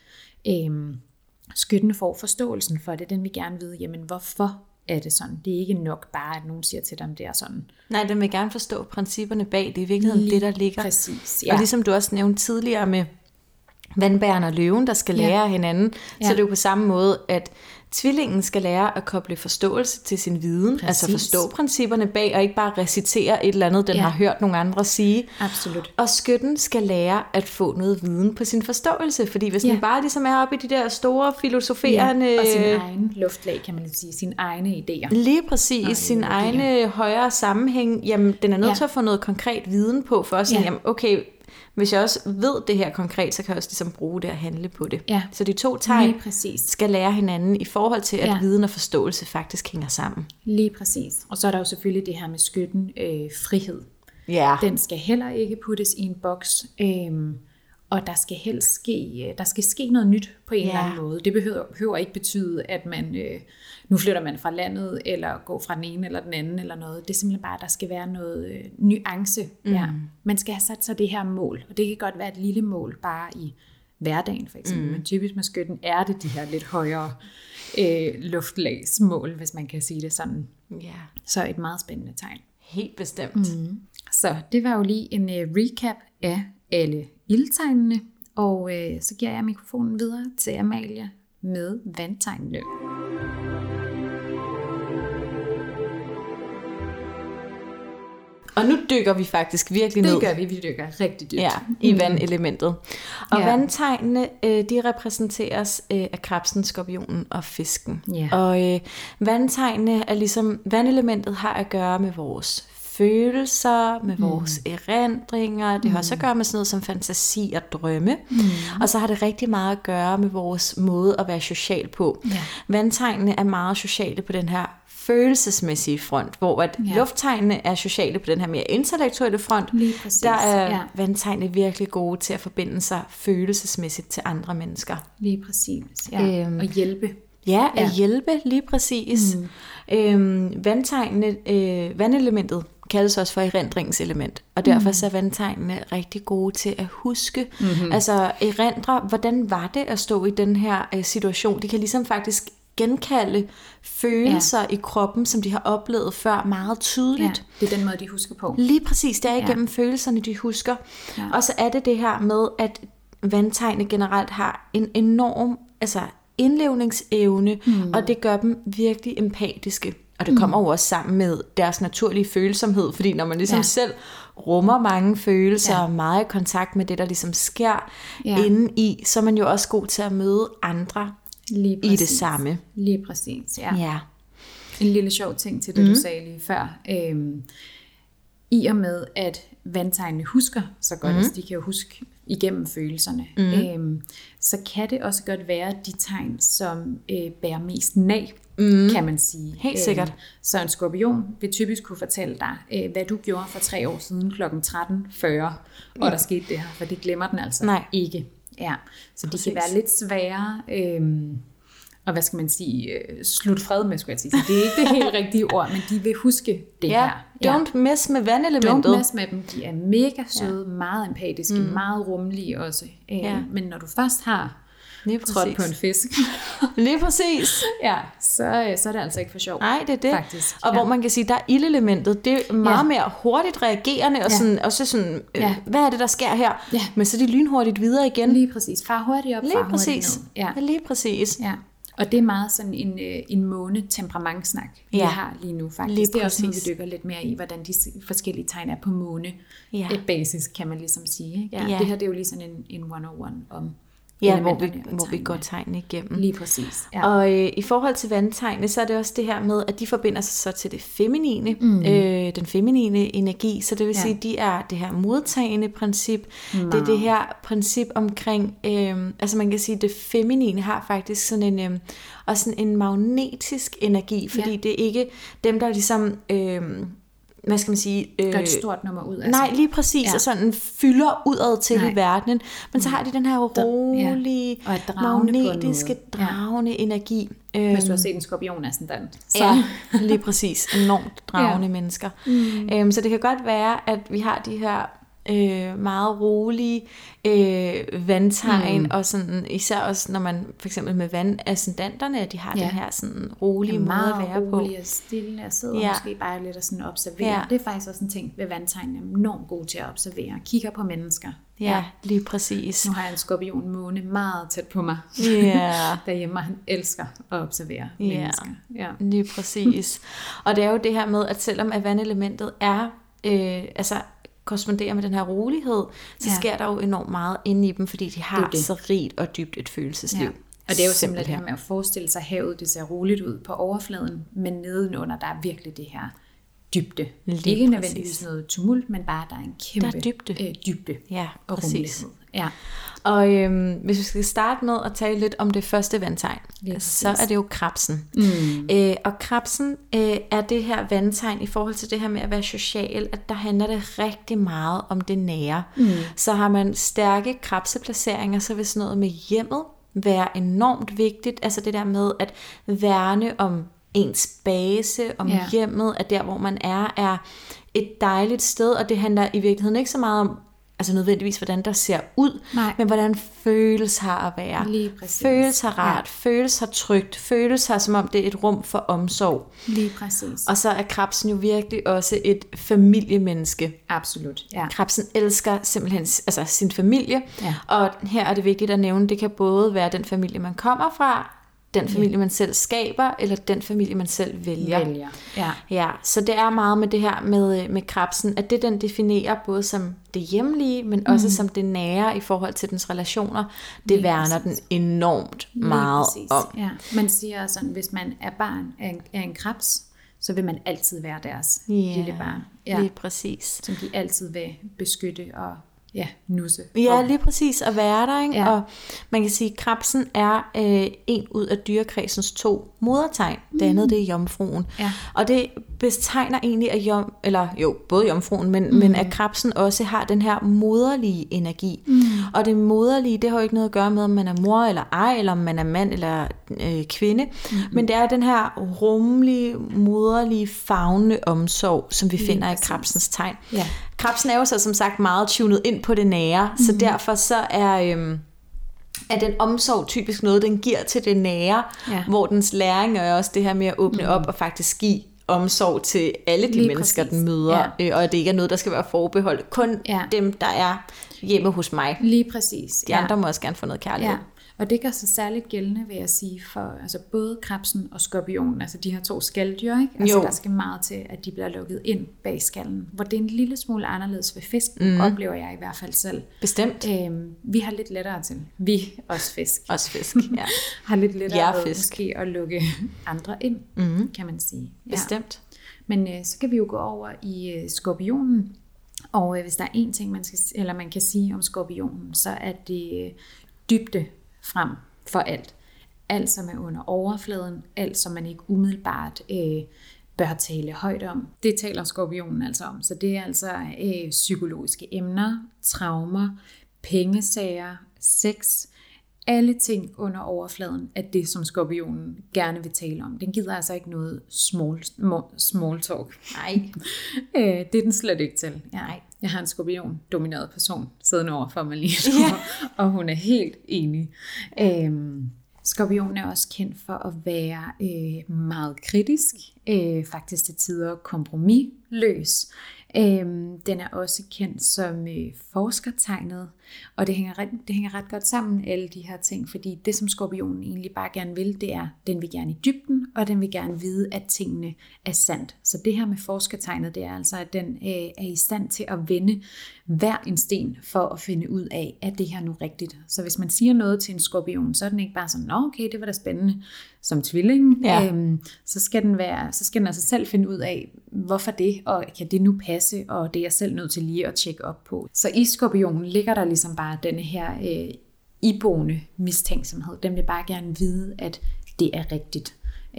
skytten får forståelsen for det. Den vil gerne vide, jamen hvorfor er det sådan? Det er ikke nok bare, at nogen siger til dem, det er sådan. Nej, den vil gerne forstå principperne bag. Det er i virkeligheden det, der ligger. Præcis, Og ligesom du også nævnte tidligere med vandbæren og løven, der skal lære hinanden, så er det jo på samme måde, at tvillingen skal lære at koble forståelse til sin viden, altså forstå principperne bag, og ikke bare recitere et eller andet, den har hørt nogle andre sige. Absolut. Og skytten skal lære at få noget viden på sin forståelse, fordi hvis den bare ligesom er oppe i de der store filosoferende... og sin egen luftlag, kan man sige, sine egne idéer. Lige præcis, sin egne højere sammenhæng, jamen den er nødt til at få noget konkret viden på, for at sige, jamen okay, hvis jeg også ved det her konkret, så kan jeg også ligesom bruge det og handle på det. Ja. Så de 2 tegn skal lære hinanden i forhold til, at viden og forståelse faktisk hænger sammen. Lige præcis. Og så er der jo selvfølgelig det her med skytten, frihed. Ja. Den skal heller ikke puttes i en boks, og der skal helst ske noget nyt på en eller anden måde. Det behøver ikke betyde, at man nu flytter man fra landet, eller går fra den ene eller den anden, eller noget. Det er simpelthen bare, at der skal være noget nuance. Ja. Man skal have sat sig det her mål, og det kan godt være et lille mål, bare i hverdagen for eksempel. Men typisk med skytten er det de her lidt højere luftlagsmål, hvis man kan sige det sådan. Ja. Så et meget spændende tegn. Helt bestemt. Så det var jo lige en recap af alle ildtegnene, og så giver jeg mikrofonen videre til Amalie med vandtegnene. Og nu dykker vi faktisk virkelig ned. Det gør vi dykker rigtig dybt. Ja, i vandelementet. Og vandtegnene, de repræsenteres af krebsen, skorpionen og fisken. Og vandtegnene er ligesom, vandelementet har at gøre med vores følelser, med vores erindringer. Det har også at gøre med sådan noget som fantasi og drømme. Og så har det rigtig meget at gøre med vores måde at være social på. Vandtegnene er meget sociale på den her følelsesmæssige front, hvor at lufttegnene er sociale på den her mere intellektuelle front. Der er vandtegnene virkelig gode til at forbinde sig følelsesmæssigt til andre mennesker. Lige præcis. Og hjælpe. Ja, at hjælpe, lige præcis. Vandtegnene, vandelementet kaldes også for erindringselement, og derfor så er vandtegnene rigtig gode til at huske, altså erindre, hvordan var det at stå i den her situation. De kan ligesom faktisk genkalde følelser i kroppen, som de har oplevet før, meget tydeligt. Ja, det er den måde, de husker på. Lige præcis, det er igennem følelserne, de husker. Og så er det her med, at vandtegnene generelt har en enorm indlevningsevne, og det gør dem virkelig empatiske. Og det kommer jo også sammen med deres naturlige følsomhed, fordi når man ligesom selv rummer mange følelser og meget i kontakt med det, der ligesom sker inde i, så er man jo også god til at møde andre i det samme. Lige præcis, ja. En lille sjov ting til det, du sagde lige før. I og med, at vandtegnene husker så godt, altså de kan jo huske igennem følelserne, så kan det også godt være de tegn, som bærer mest nag, kan man sige. Helt sikkert. Så en skorpion vil typisk kunne fortælle dig, hvad du gjorde for 3 år siden kl. 13.40, og der skete det her, for det glemmer den altså ikke. Ja. Så de kan være lidt svære, og hvad skal man sige, slut fred med, skulle jeg sige. Så det er ikke det helt rigtige ord, men de vil huske det her. Don't mess med vandelementet. Don't mess med dem. De er mega søde, meget empatiske, meget rummelige også. Men når du først har trådt på en fisk, lige præcis, så er det altså ikke for sjov. Nej, det er det. Faktisk. Og hvor man kan sige, der er ildelementet, det er meget mere hurtigt reagerende, og sådan, også sådan, hvad er det, der sker her? Ja. Men så er de lynhurtigt videre igen. Lige præcis. Far hurtigt op, far hurtigt ned. Ja, lige præcis. Ja. Og det er meget sådan en måne-temperamentsnak, vi har lige nu faktisk. Lige det er også noget, vi dykker lidt mere i, hvordan de forskellige tegn er på måne-basis, kan man ligesom sige. Ikke? Ja. Det her det er jo lige sådan en 101 om hvor vi går tegnene igennem. Lige præcis. Ja. Og i forhold til vandtegnene, så er det også det her med, at de forbinder sig så til det feminine, den feminine energi, så det vil sige, at de er det her modtagende princip. Det er det her princip omkring, altså man kan sige, at det feminine har faktisk sådan også en magnetisk energi, fordi det er ikke dem, der ligesom hvad skal man sige? Gør et stort nummer ud af sig. Nej, lige præcis, og sådan fylder udad til i verdenen. Men så har de den her rolige, magnetiske, dragende energi. Hvis du har set en skorpion er sådan den. Så. Ja, lige præcis. Enormt dragende mennesker. Så det kan godt være, at vi har de her meget rolige vandtegn, og sådan, især også når man for eksempel med vandascendanterne, de har den her sådan rolige måde at være på. Meget rolig og stille, og sidder måske bare lidt og sådan observerer. Det er faktisk også en ting ved vandtegn, jeg er enormt god til at observere. Kigger på mennesker. Ja, lige præcis. Nu har jeg en skorpion måne meget tæt på mig derhjemme, og han elsker at observere mennesker. Ja, lige præcis. Og det er jo det her med, at selvom at vandelementet er korresponderer med den her rolighed, så sker der jo enormt meget inde i dem, fordi de har så rigt og dybt et følelsesliv. Ja. Og det er jo simpelthen det her med at forestille sig havet, det ser roligt ud på overfladen, men nedenunder, der er virkelig det her dybde. Ikke nødvendigvis noget tumult, men bare der er en kæmpe dybde og rummelighed. Ja. Og hvis vi skal starte med at tale lidt om det første vandtegn, så er det jo krebsen. Og krebsen er det her vandtegn i forhold til det her med at være social, at der handler det rigtig meget om det nære. Så har man stærke krebseplaceringer, så vil sådan noget med hjemmet være enormt vigtigt. Altså det der med at værne om ens base, om hjemmet, at der hvor man er et dejligt sted, og det handler i virkeligheden ikke så meget om altså nødvendigvis, hvordan der ser ud, men hvordan føles her at være. Føles her rart, føles her trygt, føles her som om det er et rum for omsorg. Lige præcis. Og så er krebsen jo virkelig også et familiemenneske. Absolut, ja. Krebsen elsker simpelthen sin familie, og her er det vigtigt at nævne, det kan både være den familie, man kommer fra, den familie, man selv skaber, eller den familie, man selv vælger. Ja, så det er meget med det her med krebsen, at det den definerer både som det hjemlige, men også som det nære i forhold til dens relationer. Det værner den enormt meget om. Ja. Man siger sådan, hvis man er barn af en krebs, så vil man altid være deres lille barn. Ja, lige præcis. Som de altid vil beskytte og nusse. Ja, lige præcis at være der, ikke? Og man kan sige, at krebsen er en ud af dyrekredsens 2 modertegn. Det andet, det er jomfruen. Og det betegner egentlig, at både jomfruen, men at krebsen også har den her moderlige energi. Og det moderlige, det har jo ikke noget at gøre med, om man er mor eller ej, eller om man er mand eller kvinde. Men det er den her rummelige, moderlige, favnende omsorg, som vi finder i krebsens tegn. Krebsen er jo så som sagt meget tunet ind på det nære, så derfor så er den omsorg typisk noget, den giver til det nære, hvor dens læring er også det her med at åbne op og faktisk give omsorg til alle de mennesker, den møder, og at det ikke er noget, der skal være forbeholdt kun dem, der er hjemme hos mig. Lige præcis. De andre må også gerne få noget kærlighed. Og det gør sig særligt gældende, vil jeg sige, for altså både krebsen og skorpionen, altså de her 2 skalddyr, ikke? Altså der skal meget til, at de bliver lukket ind bag skallen, hvor det er en lille smule anderledes ved fisken, oplever jeg i hvert fald selv. Bestemt. Vi har lidt lettere til, også fisk. Også fisk, ja. har lidt lettere ved måske at lukke andre ind, kan man sige. Bestemt. Men så kan vi jo gå over i skorpionen, Og hvis der er en ting, man kan sige om skorpionen, så er det dybde frem for alt. Alt, som er under overfladen, alt, som man ikke umiddelbart bør tale højt om. Det taler skorpionen altså om. Så det er altså psykologiske emner, traumer, pengesager, sex, alle ting under overfladen er det, som skorpionen gerne vil tale om. Den gider altså ikke noget small talk. Nej, det er den slet ikke til. Ja. Jeg har en skorpion-domineret person siddende over for mig lige nu, og hun er helt enig. Skorpionen er også kendt for at være meget kritisk, faktisk til tider kompromisløs. Den er også kendt som forskertegnet, og det hænger ret godt sammen, alle de her ting, fordi det, som skorpionen egentlig bare gerne vil, det er, den vil gerne i dybden, og den vil gerne vide, at tingene er sandt. Så det her med forskertegnet, det er altså, at den er i stand til at vende hver en sten for at finde ud af, at det her nu rigtigt. Så hvis man siger noget til en skorpion, så er den ikke bare sådan, nå okay, det var da spændende, som tvilling. Så skal den altså selv finde ud af, hvorfor det, og kan det nu passe, og det er jeg selv nødt til lige at tjekke op på. Så i skorpionen ligger der ligesom bare denne her iboende mistænksomhed. Den vil bare gerne vide, at det er rigtigt.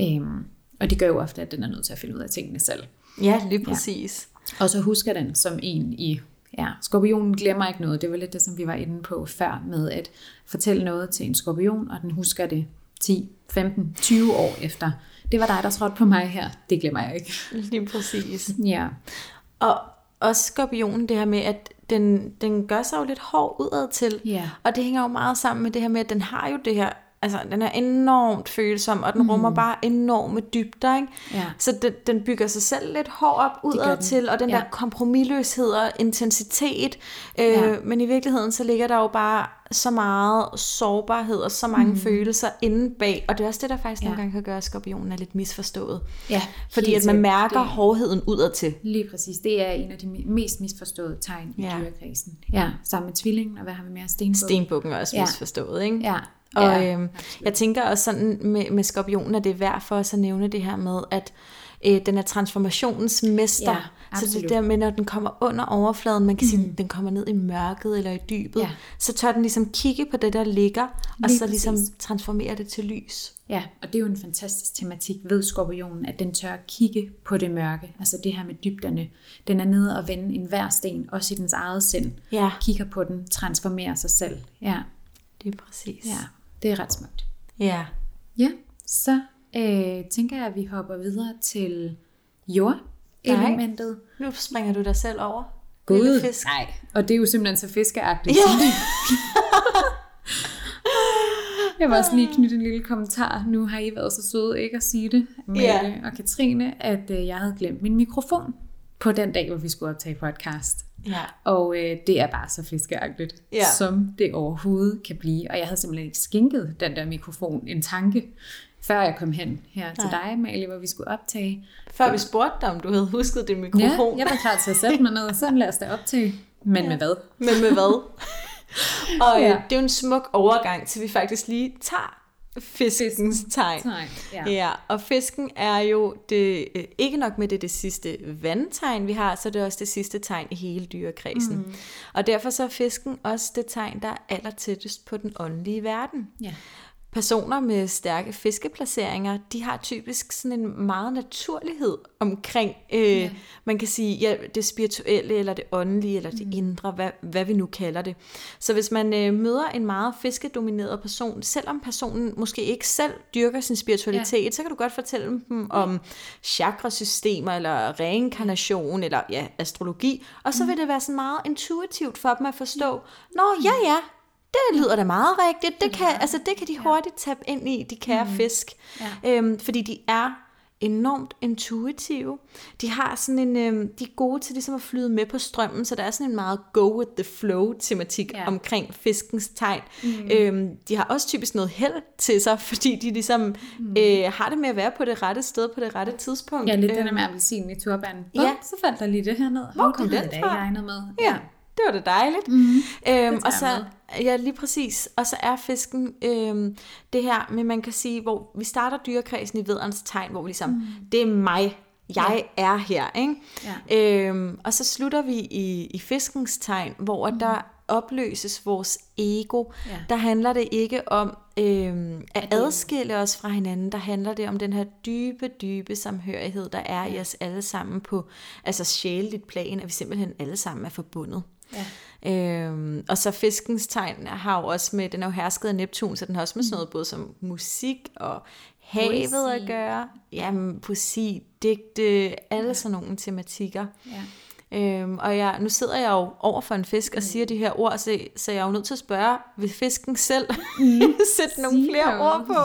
Og det gør jo ofte, at den er nødt til at finde ud af tingene selv. Ja, lige præcis. Ja. Og så husker den som en i... Ja, skorpionen glemmer ikke noget. Det var lidt det, som vi var inde på før, med at fortælle noget til en skorpion, og den husker det 10, 15, 20 år efter. Det var dig, der trådte på mig her. Det glemmer jeg ikke. Lige præcis. Ja. Og også skorpionen, det her med, at den gør sig jo lidt hård udad til. Ja. Og det hænger jo meget sammen med det her med, at den har jo det her, altså den er enormt følsom, og den rummer bare enorme dybder, ikke? Ja. Så den bygger sig selv lidt hård op udad til, og den der kompromisløshed og intensitet. Men i virkeligheden, så ligger der jo bare så meget sårbarhed og så mange følelser inde bag. Og det er også det, der faktisk nogle gange kan gøre, at skorpionen er lidt misforstået. Ja, fordi at man mærker hårdheden udad til. Lige præcis. Det er en af de mest misforståede tegn i dyrekredsen. Ja, sammen med tvillingen, og hvad har vi mere? Stenbukken er også misforstået, ikke? Ja. Og jeg tænker også sådan med skorpionen, at det er værd for os at nævne det her med, at den er transformationens mester. Så det der med, når den kommer under overfladen, man kan sige, at den kommer ned i mørket eller i dybet, så tør den ligesom kigge på det, der ligger, og så ligesom transformere det til lys. Ja, og det er jo en fantastisk tematik ved skorpionen, at den tør kigge på det mørke, altså det her med dybderne. Den er nede og vende enhver sten, også i dens eget sind. Ja. Kigger på den, transformerer sig selv. Ja. Det er præcis. Ja, det er ret smukt. Ja. Ja, så tænker jeg, at vi hopper videre til jordelementet. Nu springer du dig selv over. Gud, fisk. Nej. Og det er jo simpelthen så fiskeagtigt. Ja. Jeg vil også lige knytte en lille kommentar. Nu har I været så søde ikke at sige det, Mette og Katrine, at jeg havde glemt min mikrofon på den dag, hvor vi skulle optage podcast. Ja. Og det er bare så fiskeagtigt, som det overhovedet kan blive. Og jeg havde simpelthen ikke skænket den der mikrofon en tanke, før jeg kom hen her til dig, Amalie, hvor vi skulle optage. Før vi spurgte dig, om du havde husket din mikrofon. Ja, jeg var klar til at sætte mig ned, og sådan lad os da optage. Men med hvad? Men med hvad? Og det er jo en smuk overgang, til vi faktisk lige tager fiskens tegn. Ja, og fisken er jo det, ikke nok med det sidste vandtegn, vi har, så det er også det sidste tegn i hele dyrekredsen. Og derfor så er fisken også det tegn, der er allertættest på den åndelige verden. Ja. Personer med stærke fiskeplaceringer, de har typisk sådan en meget naturlighed omkring, man kan sige, det spirituelle, eller det åndelige, eller det indre, hvad vi nu kalder det. Så hvis man møder en meget fiskedomineret person, selvom personen måske ikke selv dyrker sin spiritualitet, så kan du godt fortælle dem om chakrasystemer, eller reinkarnation, eller astrologi, og så vil det være sådan meget intuitivt for dem at forstå, det lyder da meget rigtigt. Det kan de hurtigt tabe ind i, de kære fisk. Fordi de er enormt intuitive. De har sådan de er gode til ligesom at flyde med på strømmen, så der er sådan en meget go with the flow tematik omkring fiskens tegn. De har også typisk noget held til sig, fordi de ligesom har det med at være på det rette sted på det rette tidspunkt. Ja, lidt den der med appelsinen i turbanen. Så faldt der lige det her ned. Hvor kom den fra? Med. Ja. Det var da dejligt. Og så, lige præcis. Og så er fisken det her, men man kan sige, hvor vi starter dyrekredsen i vædderens tegn, hvor vi ligesom, det er mig. Jeg er her, ikke? Ja. Og så slutter vi i fiskens tegn, hvor der opløses vores ego. Ja. Der handler det ikke om at adskille os fra hinanden. Der handler det om den her dybe samhørighed, der er i os alle sammen på altså sjæleligt plan, at vi simpelthen alle sammen er forbundet. Ja. Og så fiskens tegn har jo også med, den er jo hersket af Neptun, så den har også med sådan noget både som musik og havet at gøre. Jamen, poesi, digte, alle sådan nogle tematikker. Ja. Og nu sidder jeg jo over for en fisk og siger de her ord, så jeg er jo nødt til at spørge, vil fisken selv sætte nogle flere ord på?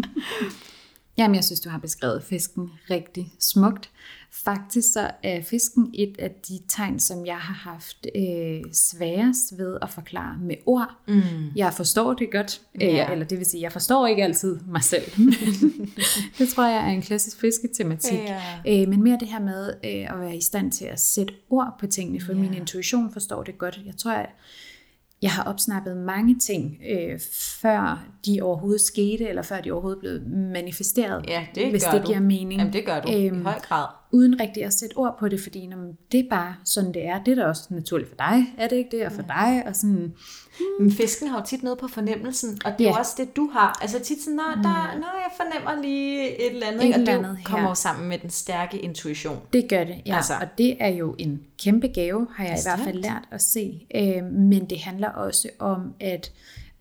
Jamen, jeg synes, du har beskrevet fisken rigtig smukt. Faktisk så er fisken et af de tegn, som jeg har haft sværest ved at forklare med ord. Jeg forstår det godt, eller det vil sige, jeg forstår ikke altid mig selv. Det tror jeg er en klassisk fisketematik. Men mere det her med at være i stand til at sætte ord på tingene, for min intuition forstår det godt. Jeg tror, jeg har opsnappet mange ting, før de overhovedet skete, eller før de overhovedet blev manifesteret, hvis det giver mening. Jamen, det gør du i høj grad. Uden rigtig at sætte ord på det, fordi det er bare sådan, det er. Det er da også naturligt for dig, er det ikke det? Og for dig, og sådan... Men fisken har jo tit noget på fornemmelsen, og det er også det, du har. Altså tit sådan, jeg fornemmer lige et eller andet, og det kommer jo sammen med den stærke intuition. Det gør det, ja. Altså. Og det er jo en kæmpe gave, har jeg i hvert fald lært at se. Men det handler også om at,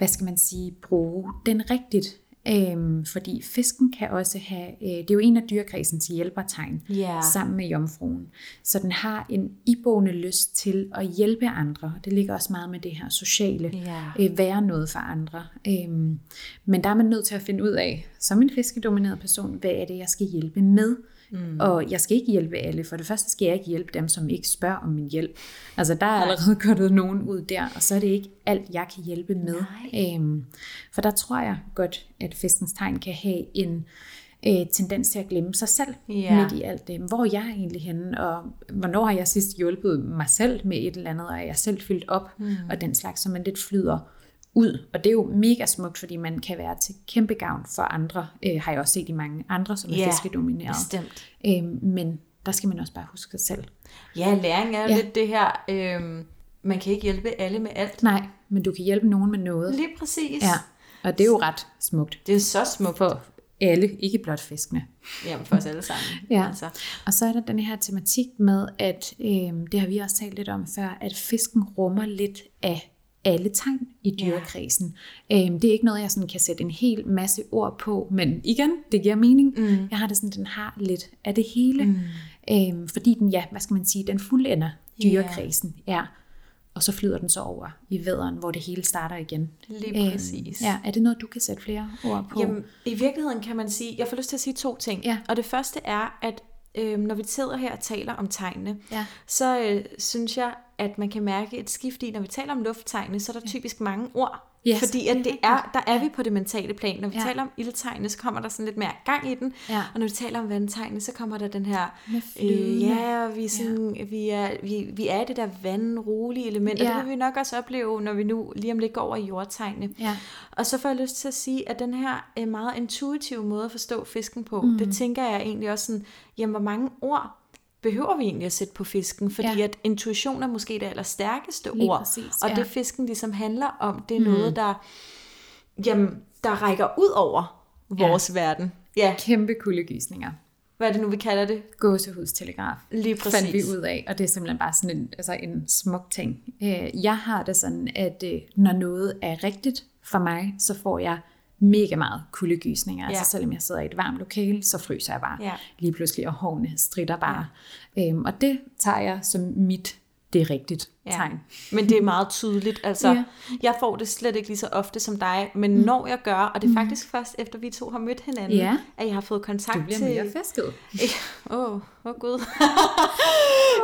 bruge den rigtigt. Fordi fisken kan også have, det er jo en af dyrekredsens hjælpertegn, sammen med jomfruen. Så den har en iboende lyst til at hjælpe andre. Det ligger også meget med det her sociale, være noget for andre. Men der er man nødt til at finde ud af, som en fiskedomineret person, hvad er det, jeg skal hjælpe med? Og jeg skal ikke hjælpe alle. For det første skal jeg ikke hjælpe dem, som ikke spørger om min hjælp. Altså der er allerede gået nogen ud der, og så er det ikke alt, jeg kan hjælpe med. For der tror jeg godt, at fiskens tegn kan have en tendens til at glemme sig selv midt i alt det. Hvor er jeg egentlig henne, og hvornår har jeg sidst hjulpet mig selv med et eller andet, og er jeg selv fyldt op, og den slags, så man lidt flyder ud. Og det er jo mega smukt, fordi man kan være til kæmpe gavn for andre. Har jeg også set i mange andre, som er fiskedomineret. Bestemt. Men der skal man også bare huske sig selv. Ja, læring er jo lidt det her, man kan ikke hjælpe alle med alt. Nej, men du kan hjælpe nogen med noget. Lige præcis. Ja, og det er jo ret smukt. Det er så smukt. For alle, ikke blot fiskene. Jamen for os alle sammen. Ja. Altså. Og så er der den her tematik med, at det har vi også talt lidt om før, at fisken rummer lidt af alle tegn i dyrekredsen. Det er ikke noget, jeg sådan kan sætte en hel masse ord på, men igen, det giver mening. Jeg har det sådan, den har lidt af det hele. Fordi den, den fuldender dyrekredsen. Ja. Og så flyder den så over i vædderen, hvor det hele starter igen. Lige præcis. Er det noget, du kan sætte flere ord på? Jamen, i virkeligheden kan man sige, jeg får lyst til at sige 2 ting. Ja. Og det første er, at når vi sidder her og taler om tegnene, så synes jeg, at man kan mærke et skift i, når vi taler om lufttegnene, så er der typisk mange ord. Yes, fordi at der er vi på det mentale plan. Når vi taler om ildtegnene, så kommer der sådan lidt mere gang i den. Ja. Og når vi taler om vandtegnene, så kommer der den her, vi er det der vandrolige element, og det vil vi nok også opleve, når vi nu lige om lidt går over i jordtegnene. Ja. Og så får jeg lyst til at sige, at den her meget intuitive måde at forstå fisken på, det tænker jeg egentlig også sådan, jamen hvor mange ord behøver vi egentlig at sætte på fisken, fordi at intuition er måske det allerstærkeste ord, præcis, og det fisken ligesom handler om, det er noget, der rækker ud over vores verden. Ja. Kæmpe kuldegysninger. Hvad er det nu, vi kalder det? Gåsehudstelegraf. Lige præcis. Fandt vi ud af, og det er simpelthen bare sådan en smuk ting. Jeg har det sådan, at når noget er rigtigt for mig, så får jeg mega meget kuldegysninger. Ja. Altså selvom jeg sidder i et varmt lokale, så fryser jeg bare lige pludselig, og hårene stritter bare. Og det tager jeg som det er rigtigt tegn. Men det er meget tydeligt. Altså, jeg får det slet ikke lige så ofte som dig, men når jeg gør, og det er faktisk først efter vi 2 har mødt hinanden, at jeg har fået kontakt til... Du bliver mere fisket. Gud.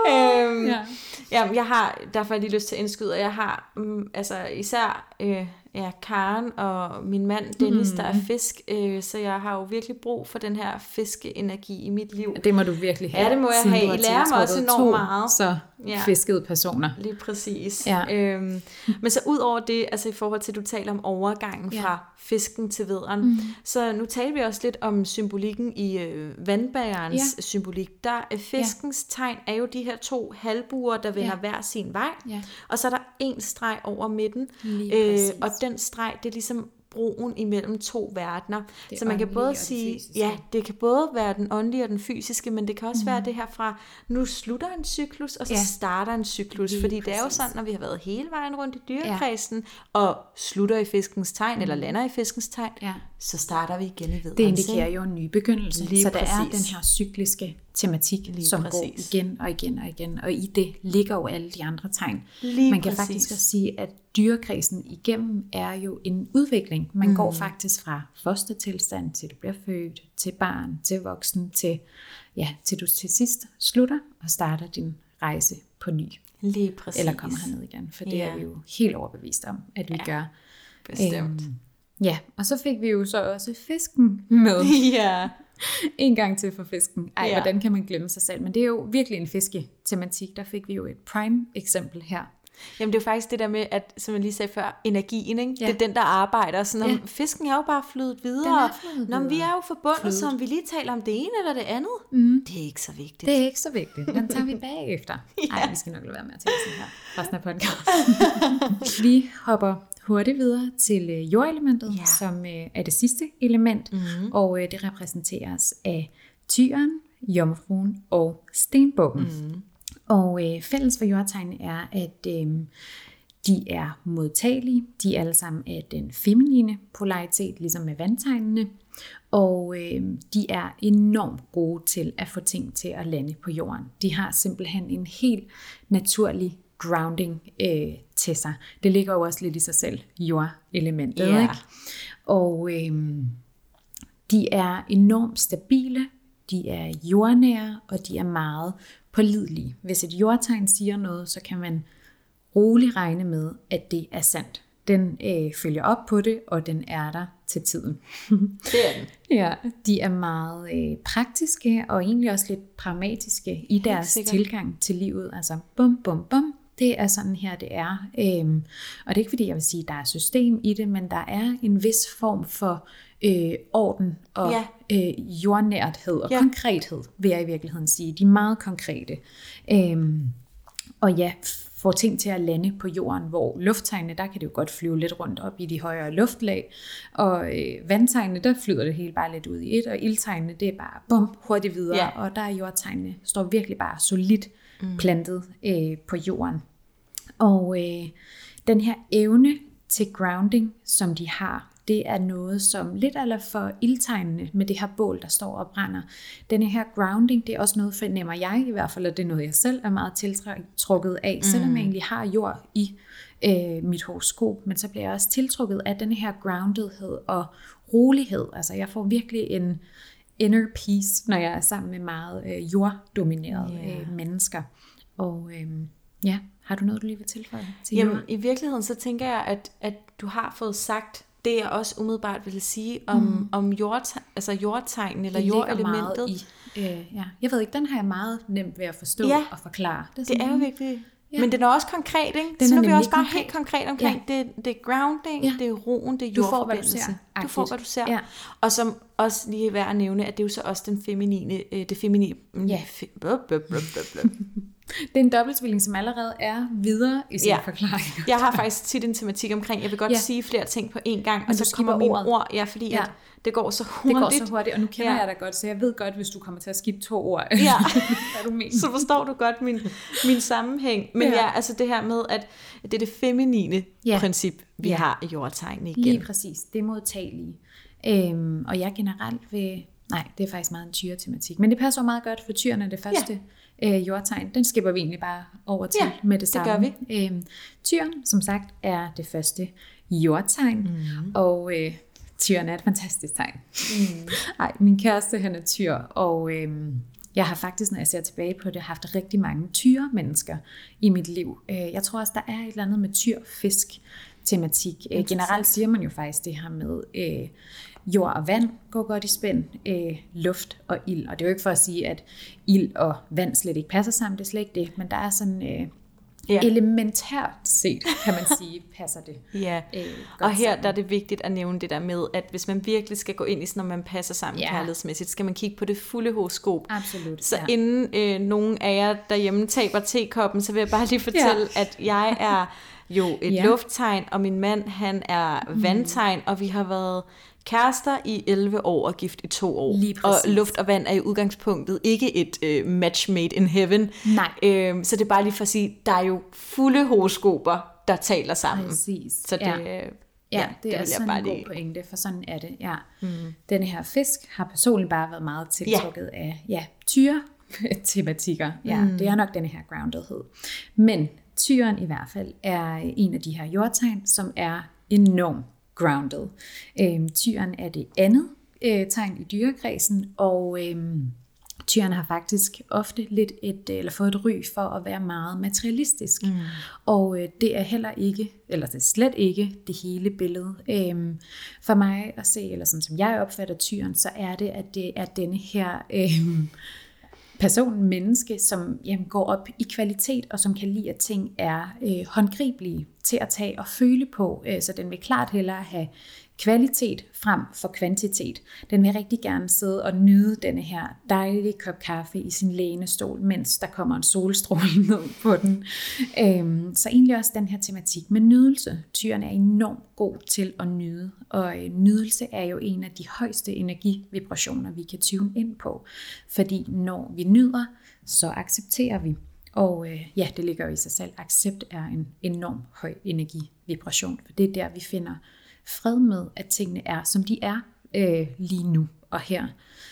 Jeg har derfor lige lyst til at indskyde, og jeg har især Karen og min mand Dennis, der er fisk, så jeg har jo virkelig brug for den her fiskeenergi i mit liv. Det må du virkelig have. Ja, det må jeg have. I lærer mig også enormt meget. Så fiskede personer. Lige præcis. Ja. Men så ud over det, altså i forhold til, at du taler om overgangen fra fisken til vædderen, så nu taler vi også lidt om symbolikken i vandbærerens symbolik. Der fiskens tegn er jo de her 2 halvbuer, der vender hver sin vej, og så er der en streg over midten, og den streg, det er ligesom broen imellem 2 verdener. Så man kan både sige, det kan både være den åndelige og den fysiske, men det kan også være det her fra, nu slutter en cyklus, og så starter en cyklus. Fordi det er jo sådan, når vi har været hele vejen rundt i dyrekredsen, og slutter i fiskens tegn, eller lander i fiskens tegn, så starter vi igen i vædderen. Det indikerer jo en ny begyndelse. Så der er den her cykliske tematik, som går igen og igen og igen, og i det ligger jo alle de andre tegn. Man kan faktisk også sige, at dyrekredsen igennem er jo en udvikling. Man går faktisk fra fostertilstand til du bliver født, til barn, til voksen, til du til sidst slutter og starter din rejse på ny. Lige præcis. Eller kommer herned igen, for det er vi jo helt overbevist om, at vi gør. Bestemt. Og så fik vi jo så også fisken med. En gang til for fisken. Hvordan kan man glemme sig selv? Men det er jo virkelig en fisketematik. Der fik vi jo et prime eksempel her. Jamen det er jo faktisk det der med, at som jeg lige sagde før, energien, ikke? Det er den, der arbejder. Så fisken er jo bare flydet videre. Når vi er jo forbundet, så om vi lige taler om det ene eller det andet, det er ikke så vigtigt. Det er ikke så vigtigt. Den tager vi bagefter. Vi skal nok lade være med at tale sådan her resten af podcasten. Vi hopper hurtigt videre til jordelementet, som er det sidste element, og det repræsenteres af tyren, jomfruen og stenbukken. Og fælles for jordtegnene er, at de er modtagelige. De er alle sammen af den feminine polaritet, ligesom med vandtegnene. Og de er enormt gode til at få ting til at lande på jorden. De har simpelthen en helt naturlig grounding til sig. Det ligger jo også lidt i sig selv, jordelementet. Ikke? Og de er enormt stabile, de er jordnære, og de er meget pålidelige. Hvis et jordtegn siger noget, så kan man roligt regne med, at det er sandt. Den følger op på det, og den er der til tiden. Det er den. De er meget praktiske, og egentlig også lidt pragmatiske i deres tilgang til livet. Altså bum, bum, bum. Det er sådan her, det er. Og det er ikke fordi, jeg vil sige, at der er system i det, men der er en vis form for orden og jordnærthed og konkrethed, vil jeg i virkeligheden sige. De er meget konkrete. Og får ting til at lande på jorden, hvor lufttegnene, der kan det jo godt flyve lidt rundt op i de højere luftlag, og vandtegnene, der flyder det hele bare lidt ud i et, og ildtegnene, det er bare bum, hurtigt videre, og der er jordtegnene, står virkelig bare solidt plantet på jorden. Og den her evne til grounding, som de har, det er noget, som lidt eller for ildtegnene med det her bål, der står og brænder. Denne her grounding, det er også noget, fornemmer jeg i hvert fald, og det er noget, jeg selv er meget tiltrukket af, selvom jeg egentlig har jord i mit horoskop, men så bliver jeg også tiltrukket af denne her groundedhed og rolighed. Altså jeg får virkelig en inner peace, når jeg er sammen med meget jorddominerede mennesker. Og har du noget, du lige vil tilføje til jord? Jamen, i virkeligheden, så tænker jeg, at du har fået sagt det, jeg også umiddelbart vil sige om jordtegn eller jordelementet. Jeg ved ikke, den har jeg meget nemt ved at forstå og forklare. Det er jo virkelig. Ja. Men den er også konkret, ikke? Så nu er vi også bare helt konkret omkring, det er grounding, det er roen, det er jordforbindelse. Du får, hvad du ser. Ja. Og som også lige er værd at nævne, at det er jo så også den feminine, det feminine. Det er en dobbeltvilling, som allerede er videre i sin forklaring. Jeg har faktisk tit en tematik omkring, jeg vil godt sige flere ting på én gang, og så kommer mine ord, fordi at det går så hurtigt. Det går så hurtigt, og nu kender jeg dig godt, så jeg ved godt, hvis du kommer til at skifte 2 ord, hvad du mener. Så forstår du godt min sammenhæng. Men altså det her med, at det er det feminine princip, vi har i jordtegnene igen. Lige præcis, det er modtagelige. Og jeg generelt vil... Nej, det er faktisk meget en tyre-tematik. Men det passer meget godt, for tyren er det første jordtegn. Den skipper vi egentlig bare over til med det samme. Det gør vi. Tyren, som sagt, er det første jordtegn. Og tyren er et fantastisk tegn. Min kæreste, han er tyr, og jeg har faktisk, når jeg ser tilbage på det, haft rigtig mange tyre-mennesker i mit liv. Jeg tror også, der er et eller andet med tyr-fisk. tematik. Generelt siger man jo faktisk det her med jord og vand går godt i spænd, luft og ild. Og det er jo ikke for at sige, at ild og vand slet ikke passer sammen, det er slet ikke det, men der er sådan elementært set, kan man sige, passer det. Ja, og her sammen. Der er det vigtigt at nævne det der med, at hvis man virkelig skal gå ind i sådan, når man passer sammen kærlighedsmæssigt, skal man kigge på det fulde horoskop. Absolut. Så inden nogen af jer derhjemme taber tekoppen, så vil jeg bare lige fortælle, at jeg er jo et lufttegn, og min mand, han er vandtegn, og vi har været kærester i 11 år og gift i 2 år. Og luft og vand er i udgangspunktet ikke et match made in heaven. Nej. Så det er bare lige for at sige, der er jo fulde horoskoper, der taler sammen. Præcis. Så det, det er sådan en god pointe, for sådan er det. Ja. Denne her fisk har personligt bare været meget tiltrukket af tyre-tematikker. Ja, det er nok denne her groundedhed. Men tyren i hvert fald er en af de her jordtegn, som er enormt grounded. Tyren er det andet tegn i dyrekredsen, og tyren har faktisk ofte lidt fået et ry for at være meget materialistisk. Og det er heller ikke, eller det er slet ikke det hele billede. For mig at se, eller som jeg opfatter tyren, så er det, at det er denne her person, menneske, som går op i kvalitet, og som kan lide, at ting er håndgribelige til at tage og føle på. Så den vil klart hellere have kvalitet frem for kvantitet. Den vil rigtig gerne sidde og nyde denne her dejlige kop kaffe i sin lænestol, mens der kommer en solstråle ned på den. Så egentlig også den her tematik med nydelse. Tyren er enormt god til at nyde, og nydelse er jo en af de højeste energivibrationer, vi kan tune ind på. Fordi når vi nyder, så accepterer vi. Og det ligger jo i sig selv. Accept er en enorm høj energivibration, for det er der, vi finder fred med, at tingene er, som de er lige nu og her.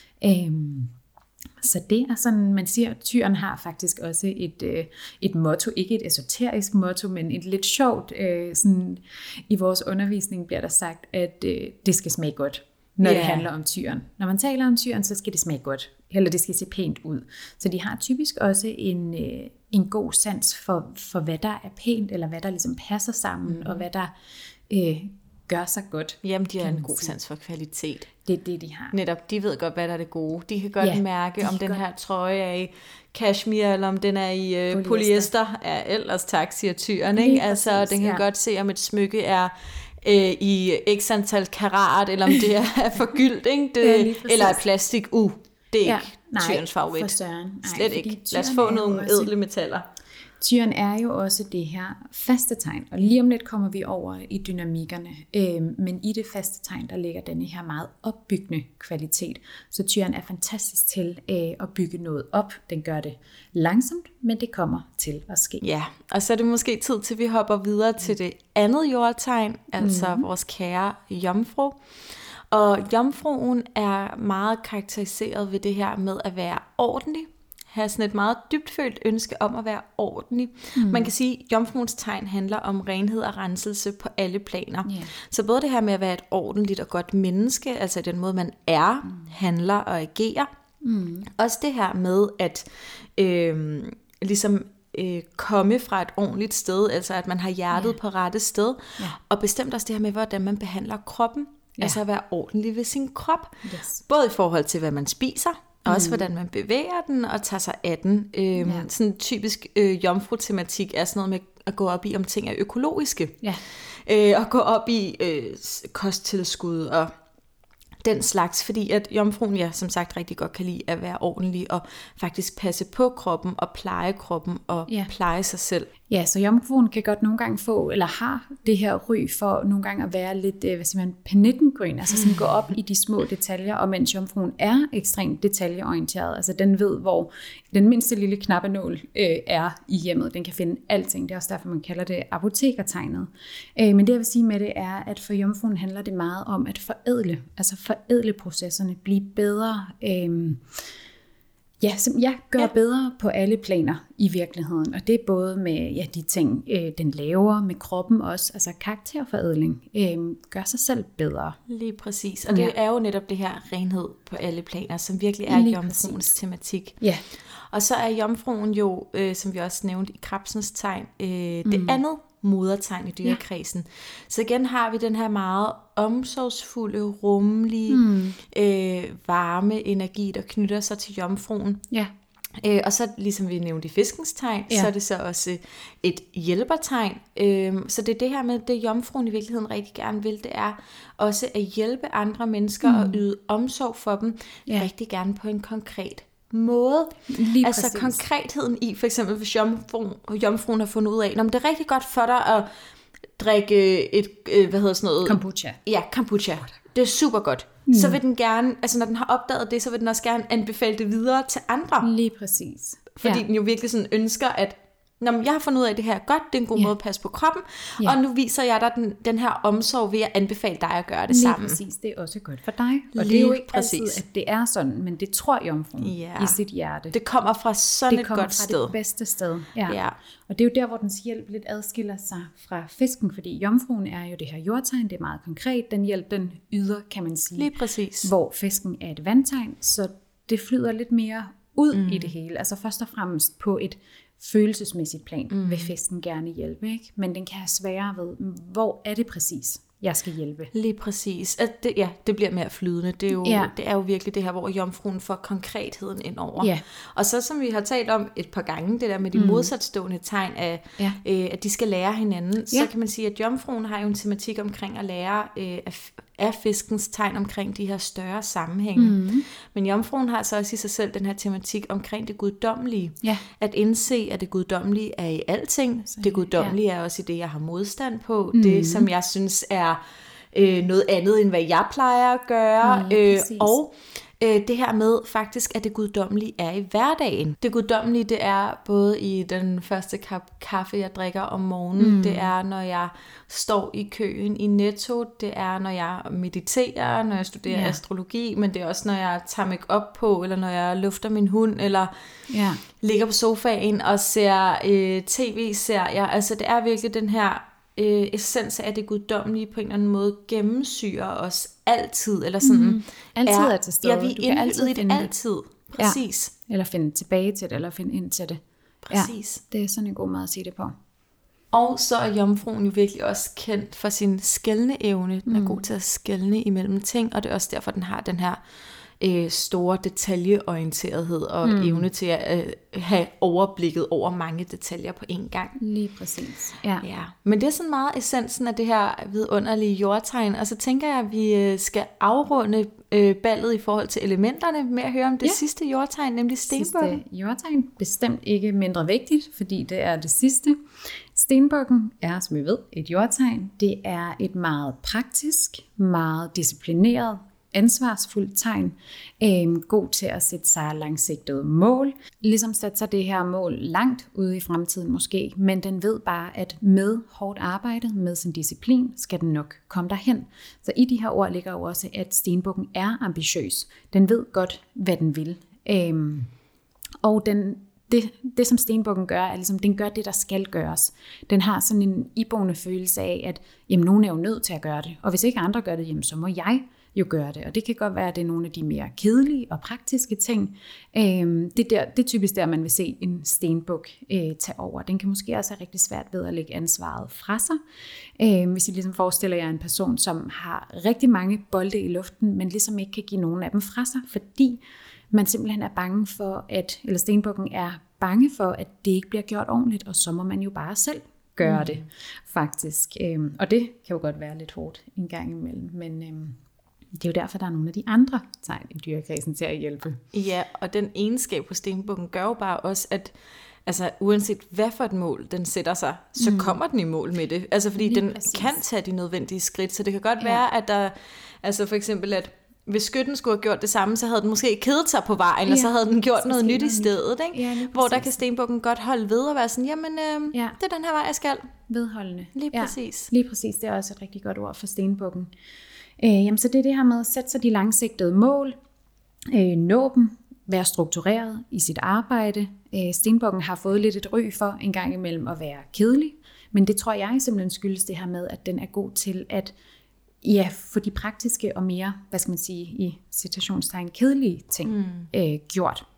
Så det er sådan, man siger, at tyren har faktisk også et motto, ikke et esoterisk motto, men et lidt sjovt, sådan, i vores undervisning bliver der sagt, at det skal smage godt, når det handler om tyren. Når man taler om tyren, så skal det smage godt, eller det skal se pænt ud. Så de har typisk også en god sans for, hvad der er pænt, eller hvad der ligesom passer sammen, og hvad der gør sig godt. Jamen, de har en god sans for kvalitet. Det er det, de har. Netop, de ved godt, hvad der er det gode. De kan godt mærke, om den her trøje er i cashmere, eller om den er i polyester. Ja, ellers tak, siger tyren, ikke? Altså, den kan godt se, om et smykke er i x antal karat, eller om det er forgyldt, ikke? Eller er plastik. Det er ikke tyrens favorit. For søren. Slet ikke. Lad os få nogle ædle metaller. Tyren er jo også det her faste tegn, og lige om lidt kommer vi over i dynamikkerne, men i det faste tegn, der ligger denne her meget opbyggende kvalitet. Så tyren er fantastisk til at bygge noget op. Den gør det langsomt, men det kommer til at ske. Ja, og så er det måske tid til, at vi hopper videre til det andet jordtegn, altså vores kære jomfru. Og jomfruen er meget karakteriseret ved det her med at være ordentlig, have sådan et meget dybtfølt ønske om at være ordentlig. Man kan sige, at jomfruens tegn handler om renhed og renselse på alle planer. Så både det her med at være et ordentligt og godt menneske, altså den måde man er, handler og agerer. Også det her med at komme fra et ordentligt sted, altså at man har hjertet på rette sted, og bestemt også det her med, hvordan man behandler kroppen. Altså at være ordentlig ved sin krop. Både i forhold til, hvad man spiser, og også hvordan man bevæger den og tager sig af den. Sådan typisk jomfru-tematik er sådan noget med at gå op i, om ting er økologiske. Og gå op i kosttilskud og den slags, fordi at jomfruen, som sagt, rigtig godt kan lide at være ordentlig og faktisk passe på kroppen og pleje kroppen og pleje sig selv. Ja, så jomfruen kan godt nogle gange få, eller har det her ry for nogle gange at være lidt, penittengryn, altså sådan gå op i de små detaljer, og mens jomfruen er ekstremt detaljeorienteret, altså den ved, hvor den mindste lille knappenål er i hjemmet, den kan finde alting, det er også derfor, man kalder det apotekertegnet. Men det jeg vil sige med det er, at for jomfruen handler det meget om at forædle processerne, blive bedre, gør bedre på alle planer i virkeligheden. Og det er både med de ting, den laver, med kroppen også. Altså karakterforædling gør sig selv bedre. Lige præcis. Og det er jo netop det her renhed på alle planer, som virkelig er jomfruens tematik. Og så er jomfruen jo, som vi også nævnte i krebsens tegn, det andet modertegn i dyrekredsen. Så igen har vi den her meget omsorgsfulde, rummelige, varme energi, der knytter sig til jomfruen. Ja. Og så ligesom vi nævnte i fiskens tegn, så er det så også et hjælpertegn. Så det er det her med, det jomfruen i virkeligheden rigtig gerne vil, det er også at hjælpe andre mennesker og yde omsorg for dem, rigtig gerne på en konkret måde. Lige altså præcis. Konkretheden i, for eksempel hvis jomfruen har fundet ud af, at det er rigtig godt for dig at drikke et, kombucha. Ja, kombucha. Det er super godt. Så vil den gerne, altså når den har opdaget det, så vil den også gerne anbefale det videre til andre. Lige præcis. Fordi den jo virkelig sådan ønsker, at jeg har fundet ud af, at det her er godt, det er en god måde at passe på kroppen, og nu viser jeg dig den her omsorg ved at anbefale dig at gøre det sammen. Lige præcis, det er også godt for dig. Og det er jo ikke altid, at det er sådan, men det tror jomfruen i sit hjerte. Det kommer fra sådan et godt sted. Det kommer fra det bedste sted. Ja. Og det er jo der, hvor dens hjælp lidt adskiller sig fra fisken, fordi jomfruen er jo det her jordtegn, det er meget konkret, den hjælp, den yder, kan man sige. Lige præcis. Hvor fisken er et vandtegn, så det flyder lidt mere ud i det hele. Altså først og fremmest på et følelsesmæssigt plan vil fisken gerne hjælpe, ikke? Men den kan have sværere ved, hvor er det præcis, jeg skal hjælpe. Lige præcis. At det bliver mere flydende. Det er jo virkelig det her, hvor jomfruen får konkretheden ind over. Ja. Og så som vi har talt om et par gange, det der med de modsatstående tegn af, at de skal lære hinanden, så kan man sige, at jomfruen har jo en tematik omkring at lære af fiskens tegn omkring de her større sammenhænge. Men jomfruen har så også i sig selv den her tematik omkring det guddommelige. Ja. At indse, at det guddommelige er i alting. Det guddommelige er også i det, jeg har modstand på. Det, som jeg synes er noget andet, end hvad jeg plejer at gøre. Og det her med faktisk, at det guddommelige er i hverdagen. Det guddommelige, det er både i den første kop kaffe, jeg drikker om morgenen. Det er, når jeg står i køen i Netto. Det er, når jeg mediterer, når jeg studerer astrologi. Men det er også, når jeg tager make-up på, eller når jeg lufter min hund, eller ligger på sofaen og ser tv-serier. Altså, det er virkelig den her essens af det guddommelige på en eller anden måde gennemsyrer os altid, eller sådan. Altid er til stede. Ja, vi er indvidet i det altid. Præcis. Ja. Eller finde tilbage til det, eller finde ind til det. Præcis. Ja, det er sådan en god måde at sige det på. Og så er jomfruen jo virkelig også kendt for sin skelne evne. Den er god til at skelne imellem ting, og det er også derfor, den har den her store detaljeorienterethed og evne til at have overblikket over mange detaljer på én gang. Lige præcis. Ja. Men det er sådan meget essensen af det her vidunderlige jordtegn, og så tænker jeg, at vi skal afrunde ballet i forhold til elementerne med at høre om det sidste jordtegn, nemlig stenbukken. Sidste jordtegn, bestemt ikke mindre vigtigt, fordi det er det sidste. Stenbukken er, som vi ved, et jordtegn. Det er et meget praktisk, meget disciplineret, ansvarsfuldt tegn, god til at sætte sig langsigtede mål, ligesom sætte sig det her mål langt ude i fremtiden måske, men den ved bare, at med hårdt arbejde, med sin disciplin, skal den nok komme derhen. Så i de her ord ligger jo også, at stenbukken er ambitiøs. Den ved godt, hvad den vil. Og det som stenbukken gør, er ligesom, den gør det, der skal gøres. Den har sådan en iboende følelse af, at jamen, nogen er jo nødt til at gøre det, og hvis ikke andre gør det, jamen, så må jeg jo gøre det. Og det kan godt være, at det er nogle af de mere kedelige og praktiske ting. Det er typisk der, man vil se en stenbuk tage over. Den kan måske også have rigtig svært ved at lægge ansvaret fra sig. Hvis I ligesom forestiller jer en person, som har rigtig mange bolde i luften, men ligesom ikke kan give nogen af dem fra sig, fordi man simpelthen er bange for, eller stenbukken er bange for, at det ikke bliver gjort ordentligt, og så må man jo bare selv gøre det, faktisk. Og det kan jo godt være lidt hårdt en gang imellem, men det er jo derfor, der er nogle af de andre tegn i dyrekredsen til at hjælpe. Ja, og den egenskab hos stenbukken gør jo bare også, at altså, uanset hvad for et mål den sætter sig, så kommer den i mål med det. Altså fordi den kan tage de nødvendige skridt, så det kan godt være, at der, altså for eksempel, at hvis skytten skulle have gjort det samme, så havde den måske kedet sig på vejen, og så havde den gjort noget nyt i stedet. Ikke? Ja, hvor der kan stenbukken godt holde ved og være sådan, jamen, det er den her vej, jeg skal. Vedholdende. Lige præcis. Lige præcis, det er også et rigtig godt ord for stenbukken. Jamen, så det er det her med at sætte sig de langsigtede mål, nå dem, være struktureret i sit arbejde. Stenbukken har fået lidt et ry for en gang imellem at være kedelig, men det tror jeg simpelthen skyldes det her med, at den er god til at få de praktiske og mere, hvad skal man sige, i citationstegn kedelige ting gjort.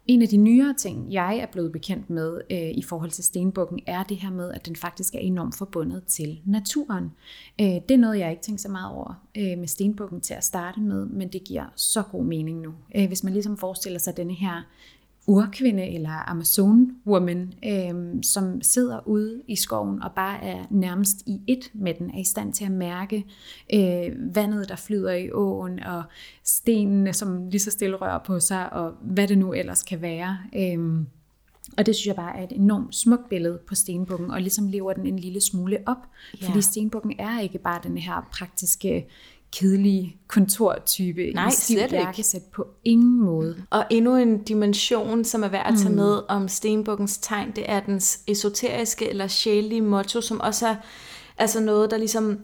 En af de nyere ting, jeg er blevet bekendt med i forhold til stenbukken, er det her med, at den faktisk er enormt forbundet til naturen. Det er noget, jeg ikke tænkt så meget over med stenbukken til at starte med, men det giver så god mening nu. Hvis man ligesom forestiller sig denne her urkvinde eller Amazon-woman, som sidder ude i skoven og bare er nærmest i ét med den, er i stand til at mærke vandet, der flyder i åen, og stenene, som lige så stille rører på sig, og hvad det nu ellers kan være. Og det synes jeg bare er et enormt smukt billede på stenbukken, og ligesom lever den en lille smule op, fordi stenbukken er ikke bare den her praktiske, kedelige kontortype. Nej, slet ikke. På ingen måde. Og endnu en dimension, som er værd at tage med om stenbukkens tegn, det er dens esoteriske eller sjælelige motto, som også er altså noget, der ligesom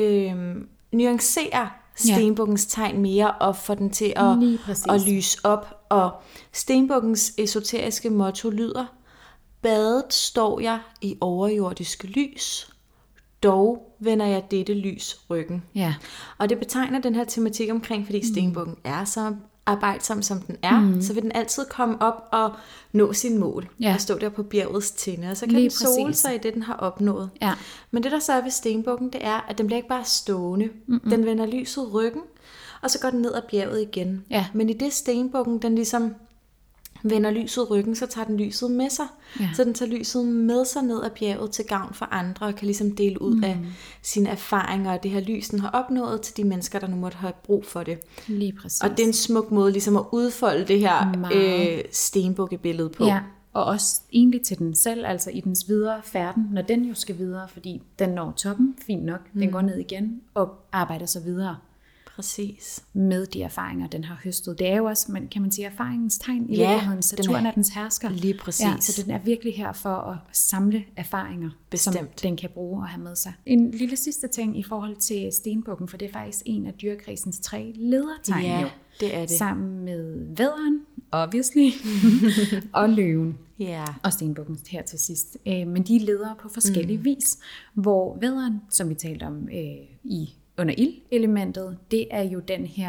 nuancerer stenbukkens tegn mere og får den til at lyse op. Og stenbukkens esoteriske motto lyder: badet står jeg i overjordiske lys, dog vender jeg dette lys ryggen. Ja. Og det betegner den her tematik omkring, fordi stenbukken er så arbejdsom, som den er, så vil den altid komme op og nå sin mål. Og stå der på bjergets tinde, og så kan den sole sig i det, den har opnået. Ja. Men det, der så er ved stenbukken, det er, at den bliver ikke bare stående. Den vender lyset ryggen, og så går den ned ad bjerget igen. Ja. Men i det stenbukken, den ligesom vender lyset ryggen, så tager den lyset med sig. Ja. Så den tager lyset med sig ned ad bjerget til gavn for andre, og kan ligesom dele ud af sine erfaringer, og det her lys, den har opnået til de mennesker, der nu måtte have brug for det. Lige præcis. Og det er en smuk måde ligesom at udfolde det her stenbukkebillede på. Ja, og også egentlig til den selv, altså i dens videre færden, når den jo skal videre, fordi den når toppen, fint nok, den går ned igen og arbejder så videre. Præcis. Med de erfaringer, den har høstet. Det er jo også, kan man sige, erfaringens tegn i virkeligheden. Saturn er dens hersker. Lige præcis. Ja, så den er virkelig her for at samle erfaringer, bestemt, som den kan bruge og have med sig. En lille sidste ting i forhold til stenbukken, for det er faktisk en af dyrekredsens 3 ledertegn. Ja, det er det. Sammen med vædderen, obviously, og løven. Ja. Og stenbukken her til sidst. Men de er ledere på forskellige vis, hvor vædderen, som vi talte om under ildelementet, det er jo den her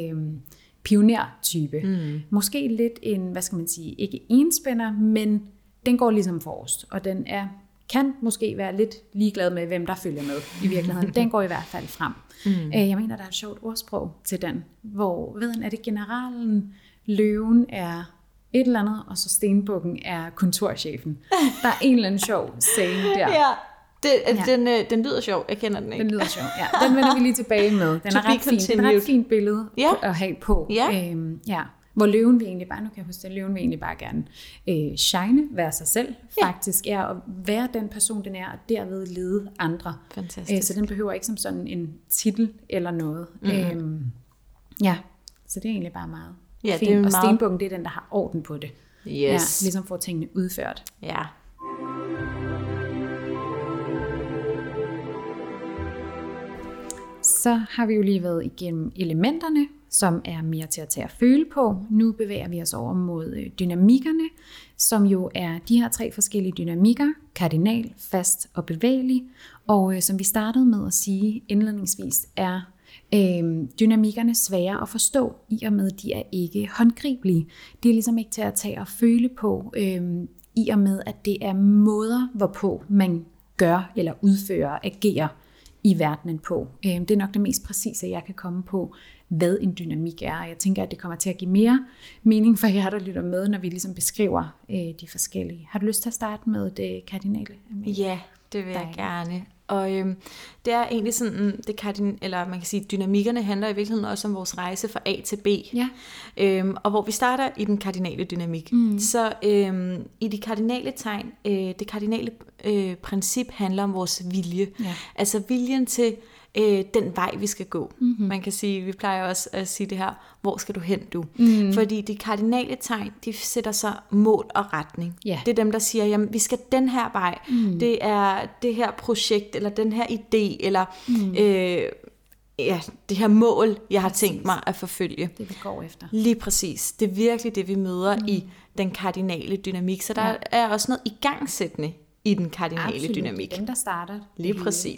pionertype. Måske lidt en, hvad skal man sige, ikke enspænder, men den går ligesom forrest, og den kan måske være lidt ligeglad med, hvem der følger med i virkeligheden. Den går i hvert fald frem. Jeg mener, der er et sjovt ordsprog til den, hvor er det generalen, løven er et eller andet, og så stenbukken er kontorchefen. Der er en eller anden sjov saying der. Ja. Den lyder sjov, jeg kender den ikke. Den lyder sjov, ja. Den vender vi lige tilbage med. Den er ret fin. Den er et fint billede at have på. Hvor løven vil egentlig bare, nu kan jeg huske det, løven vil egentlig bare gerne shine, være sig selv, faktisk er at være den person, den er, og derved lede andre. Fantastisk. Så den behøver ikke som sådan en titel eller noget. Så det er egentlig bare meget fint. Det er og stenbukken, det er den, der har orden på det. Yes. Ja, ligesom får tingene udført. Ja. Så har vi jo lige været igennem elementerne, som er mere til at tage at føle på. Nu bevæger vi os over mod dynamikkerne, som jo er de her 3 forskellige dynamikker: kardinal, fast og bevægelig. Og som vi startede med at sige indledningsvis, er dynamikkerne svære at forstå, i og med, at de er ikke håndgribelige. De er ligesom ikke til at tage og føle på, i og med, at det er måder, hvorpå man gør eller udfører, agerer i verdenen på. Det er nok det mest præcise, jeg kan komme på, hvad en dynamik er. Jeg tænker, at det kommer til at give mere mening for jer, der lytter med, når vi ligesom beskriver de forskellige. Har du lyst til at starte med det kardinale? Ja, det vil jeg gerne. Og det er egentlig sådan, eller man kan sige, dynamikkerne handler i virkeligheden også om vores rejse fra A til B. Ja. Og hvor vi starter i den kardinale dynamik. Så i de kardinale tegn, det kardinale princip handler om vores vilje. Ja. Altså viljen til den vej, vi skal gå. Man kan sige, vi plejer også at sige det her, hvor skal du hen, du? Fordi de kardinale tegn, de sætter sig mål og retning. Yeah. Det er dem, der siger, jamen, vi skal den her vej. Det er det her projekt, eller den her idé, eller det her mål, jeg har tænkt mig at forfølge. Det vi går efter. Lige præcis. Det er virkelig det, vi møder i den kardinale dynamik. Så der er også noget igangsættende i den kardinale dynamik. Dem, der starter. Lige præcis.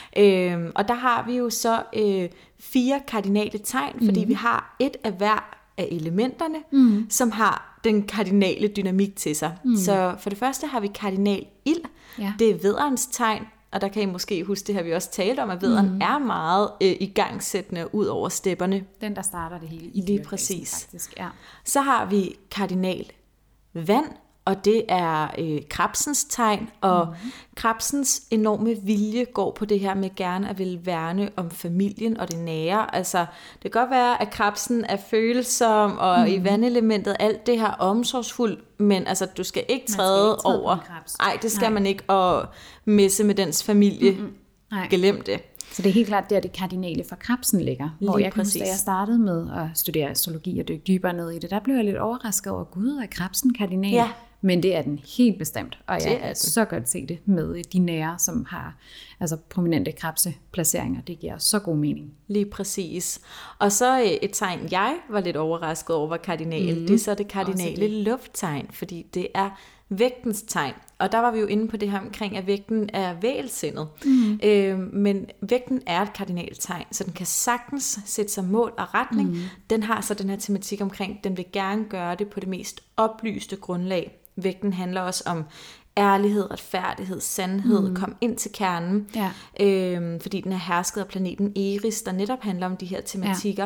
Ja. Og der har vi jo så 4 kardinale tegn, fordi vi har et af hver af elementerne, som har den kardinale dynamik til sig. Så for det første har vi kardinal ild. Ja. Det er vædderens tegn, og der kan I måske huske, det har vi også talt om, at vædderen er meget igangsættende ud over stepperne. Den, der starter det hele. Lige præcis. Faktisk, ja. Så har vi kardinal vand, og det er krebsens tegn, og krebsens enorme vilje går på det her med gerne at ville værne om familien og det nære. Altså, det kan godt være, at krebsen er følsom, og i vandelementet alt det her omsorgsfuldt, men altså, du skal ikke træde over. Nej, det skal man ikke, og messe med dens familie. Glem det. Så det er helt klart, der det kardinale for krebsen ligger. Hvor jeg kan huske, da jeg startede med at studere astrologi og dykke dybere ned i det, der blev jeg lidt overrasket over, Gud, er krebsen kardinal? Ja. Men det er den helt bestemt, og jeg kan så godt se det med de nære, som har altså prominente krebseplaceringer. Det giver så god mening. Lige præcis. Og så et tegn, jeg var lidt overrasket over, var kardinal. Det er så det kardinale lufttegn, fordi det er vægtens tegn. Og der var vi jo inde på det her omkring, at vægten er vægelsindet. Men vægten er et kardinaltegn, så den kan sagtens sætte sig mål og retning. Den har så den her tematik omkring, den vil gerne gøre det på det mest oplyste grundlag. Vægten handler også om ærlighed, retfærdighed, sandhed, kom ind til kernen, fordi den er hersket af planeten Eris, der netop handler om de her tematikker.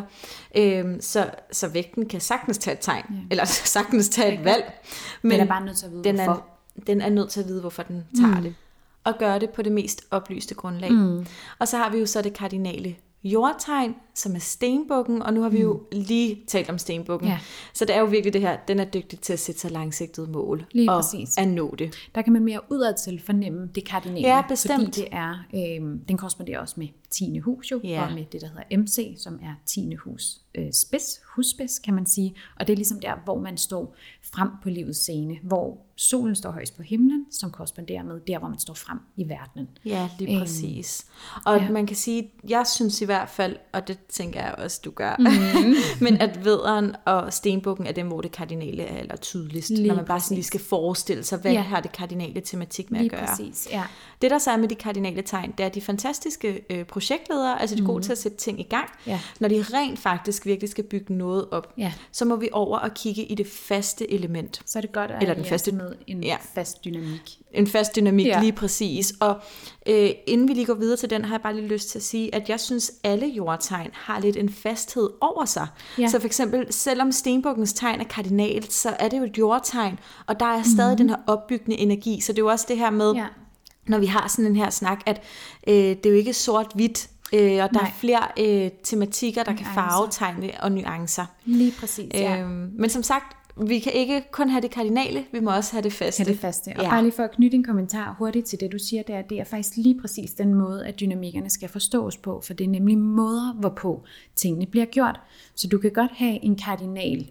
Så vægten kan sagtens tage et tegn, eller sagtens tage et valg. Men den er bare nødt til at vide, hvorfor. Den er nødt til at vide, hvorfor den tager det. Og gøre det på det mest oplyste grundlag. Og så har vi jo så det kardinale jordtegn, som er stenbukken, og nu har vi jo lige talt om stenbukken. Ja. Så det er jo virkelig det her, den er dygtig til at sætte sig langsigtede mål lige og præcis. at nå det. Der kan man mere udadtil fornemme det kardinale, ja, bestemt. Fordi det er, den korresponderer også med 10. hus jo, og med det, der hedder MC, som er 10. hus husspids, kan man sige. Og det er ligesom der, hvor man står frem på livets scene, hvor solen står højst på himlen, som korresponderer med der, hvor man står frem i verdenen. Ja, lige præcis. Og man kan sige, jeg synes i hvert fald, og det tænker jeg også, du gør, men at vædderen og stenbukken er dem, hvor det kardinale er eller tydeligst, lige når man bare lige skal forestille sig, hvad har det kardinale tematik med lige at gøre. Præcis, ja. Det der så er med de kardinale tegn, det er de fantastiske projektledere, altså de er gode til at sætte ting i gang. Ja. Når de rent faktisk virkelig skal bygge noget op, så må vi over og kigge i det faste element. Så er det godt, at I er med en fast dynamik. En fast dynamik, lige præcis. Og inden vi lige går videre til den, har jeg bare lige lyst til at sige, at jeg synes, alle jordtegn har lidt en fasthed over sig. Ja. Så for eksempel, selvom stenbukkens tegn er kardinalt, så er det jo et jordtegn, og der er stadig den her opbyggende energi. Så det er jo også det her med, når vi har sådan en her snak, at det er jo ikke sort-hvidt, og der er flere tematikker, der kan farve tegne og nuancer. Lige præcis, men som sagt, vi kan ikke kun have det kardinale, vi må også have det faste. Og bare lige for at knytte en kommentar hurtigt til det, du siger, det er faktisk lige præcis den måde, at dynamikkerne skal forstås på, for det er nemlig måder, hvorpå tingene bliver gjort. Så du kan godt have en kardinal.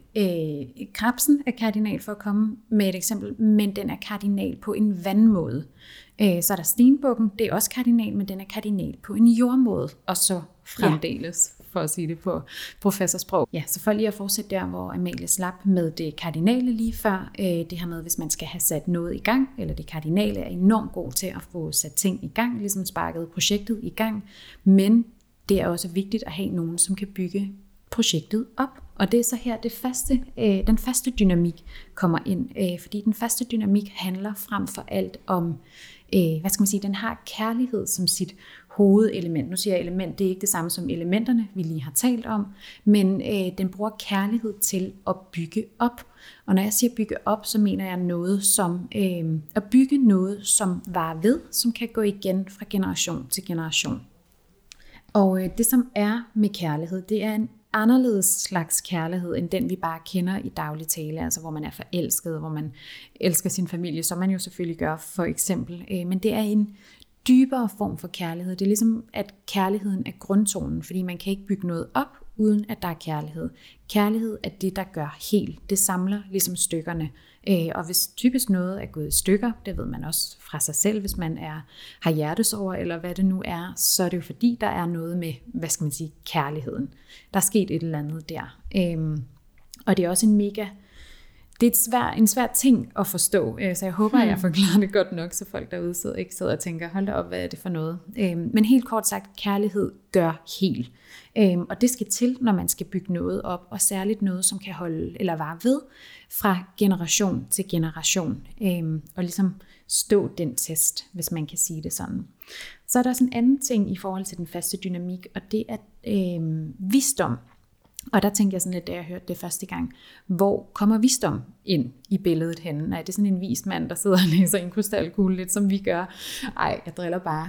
Krebsen er kardinal, for at komme med et eksempel, men den er kardinal på en vandmåde. Så er der stenbukken, det er også kardinal, men den er kardinal på en jordmåde, og så fremdeles, for at sige det på professorsprog. Ja, så for lige at fortsætte der, hvor Amalie slap med det kardinale lige før, det her med, hvis man skal have sat noget i gang, eller det kardinale er enormt god til at få sat ting i gang, ligesom sparket projektet i gang, men det er også vigtigt at have nogen, som kan bygge projektet op. Og det er så her, den faste dynamik kommer ind, fordi den faste dynamik handler frem for alt om, den har kærlighed som sit hovedelement. Nu siger jeg element, det er ikke det samme som elementerne, vi lige har talt om, men den bruger kærlighed til at bygge op. Og når jeg siger bygge op, så mener jeg noget som at bygge noget, som varer ved, som kan gå igen fra generation til generation. Og det som er med kærlighed, det er en anderledes slags kærlighed, end den vi bare kender i daglig tale, altså hvor man er forelsket, hvor man elsker sin familie, som man jo selvfølgelig gør for eksempel. Men det er en dybere form for kærlighed. Det er ligesom, at kærligheden er grundtonen, fordi man kan ikke bygge noget op, uden at der er kærlighed. Kærlighed er det, der gør helt. Det samler ligesom stykkerne. Og hvis typisk noget er gået i stykker, det ved man også fra sig selv, hvis man har hjertesorger, eller hvad det nu er, så er det jo fordi, der er noget med, kærligheden. Der er sket et eller andet der. Og det er også en mega det er en svær ting at forstå, så jeg håber, at jeg forklarer det godt nok, så folk derude ikke sidder og tænker, hold da op, hvad er det for noget? Men helt kort sagt, kærlighed gør hel. Og det skal til, når man skal bygge noget op, og særligt noget, som kan holde eller vare ved fra generation til generation, og ligesom stå den test, hvis man kan sige det sådan. Så er der også en anden ting i forhold til den faste dynamik, og det er visdom. Og der tænkte jeg sådan lidt, da jeg hørte det første gang, hvor kommer visdom ind i billedet henne? Er det sådan en vis mand, der sidder og læser en krystalkugle, lidt som vi gør? Ej, jeg driller bare.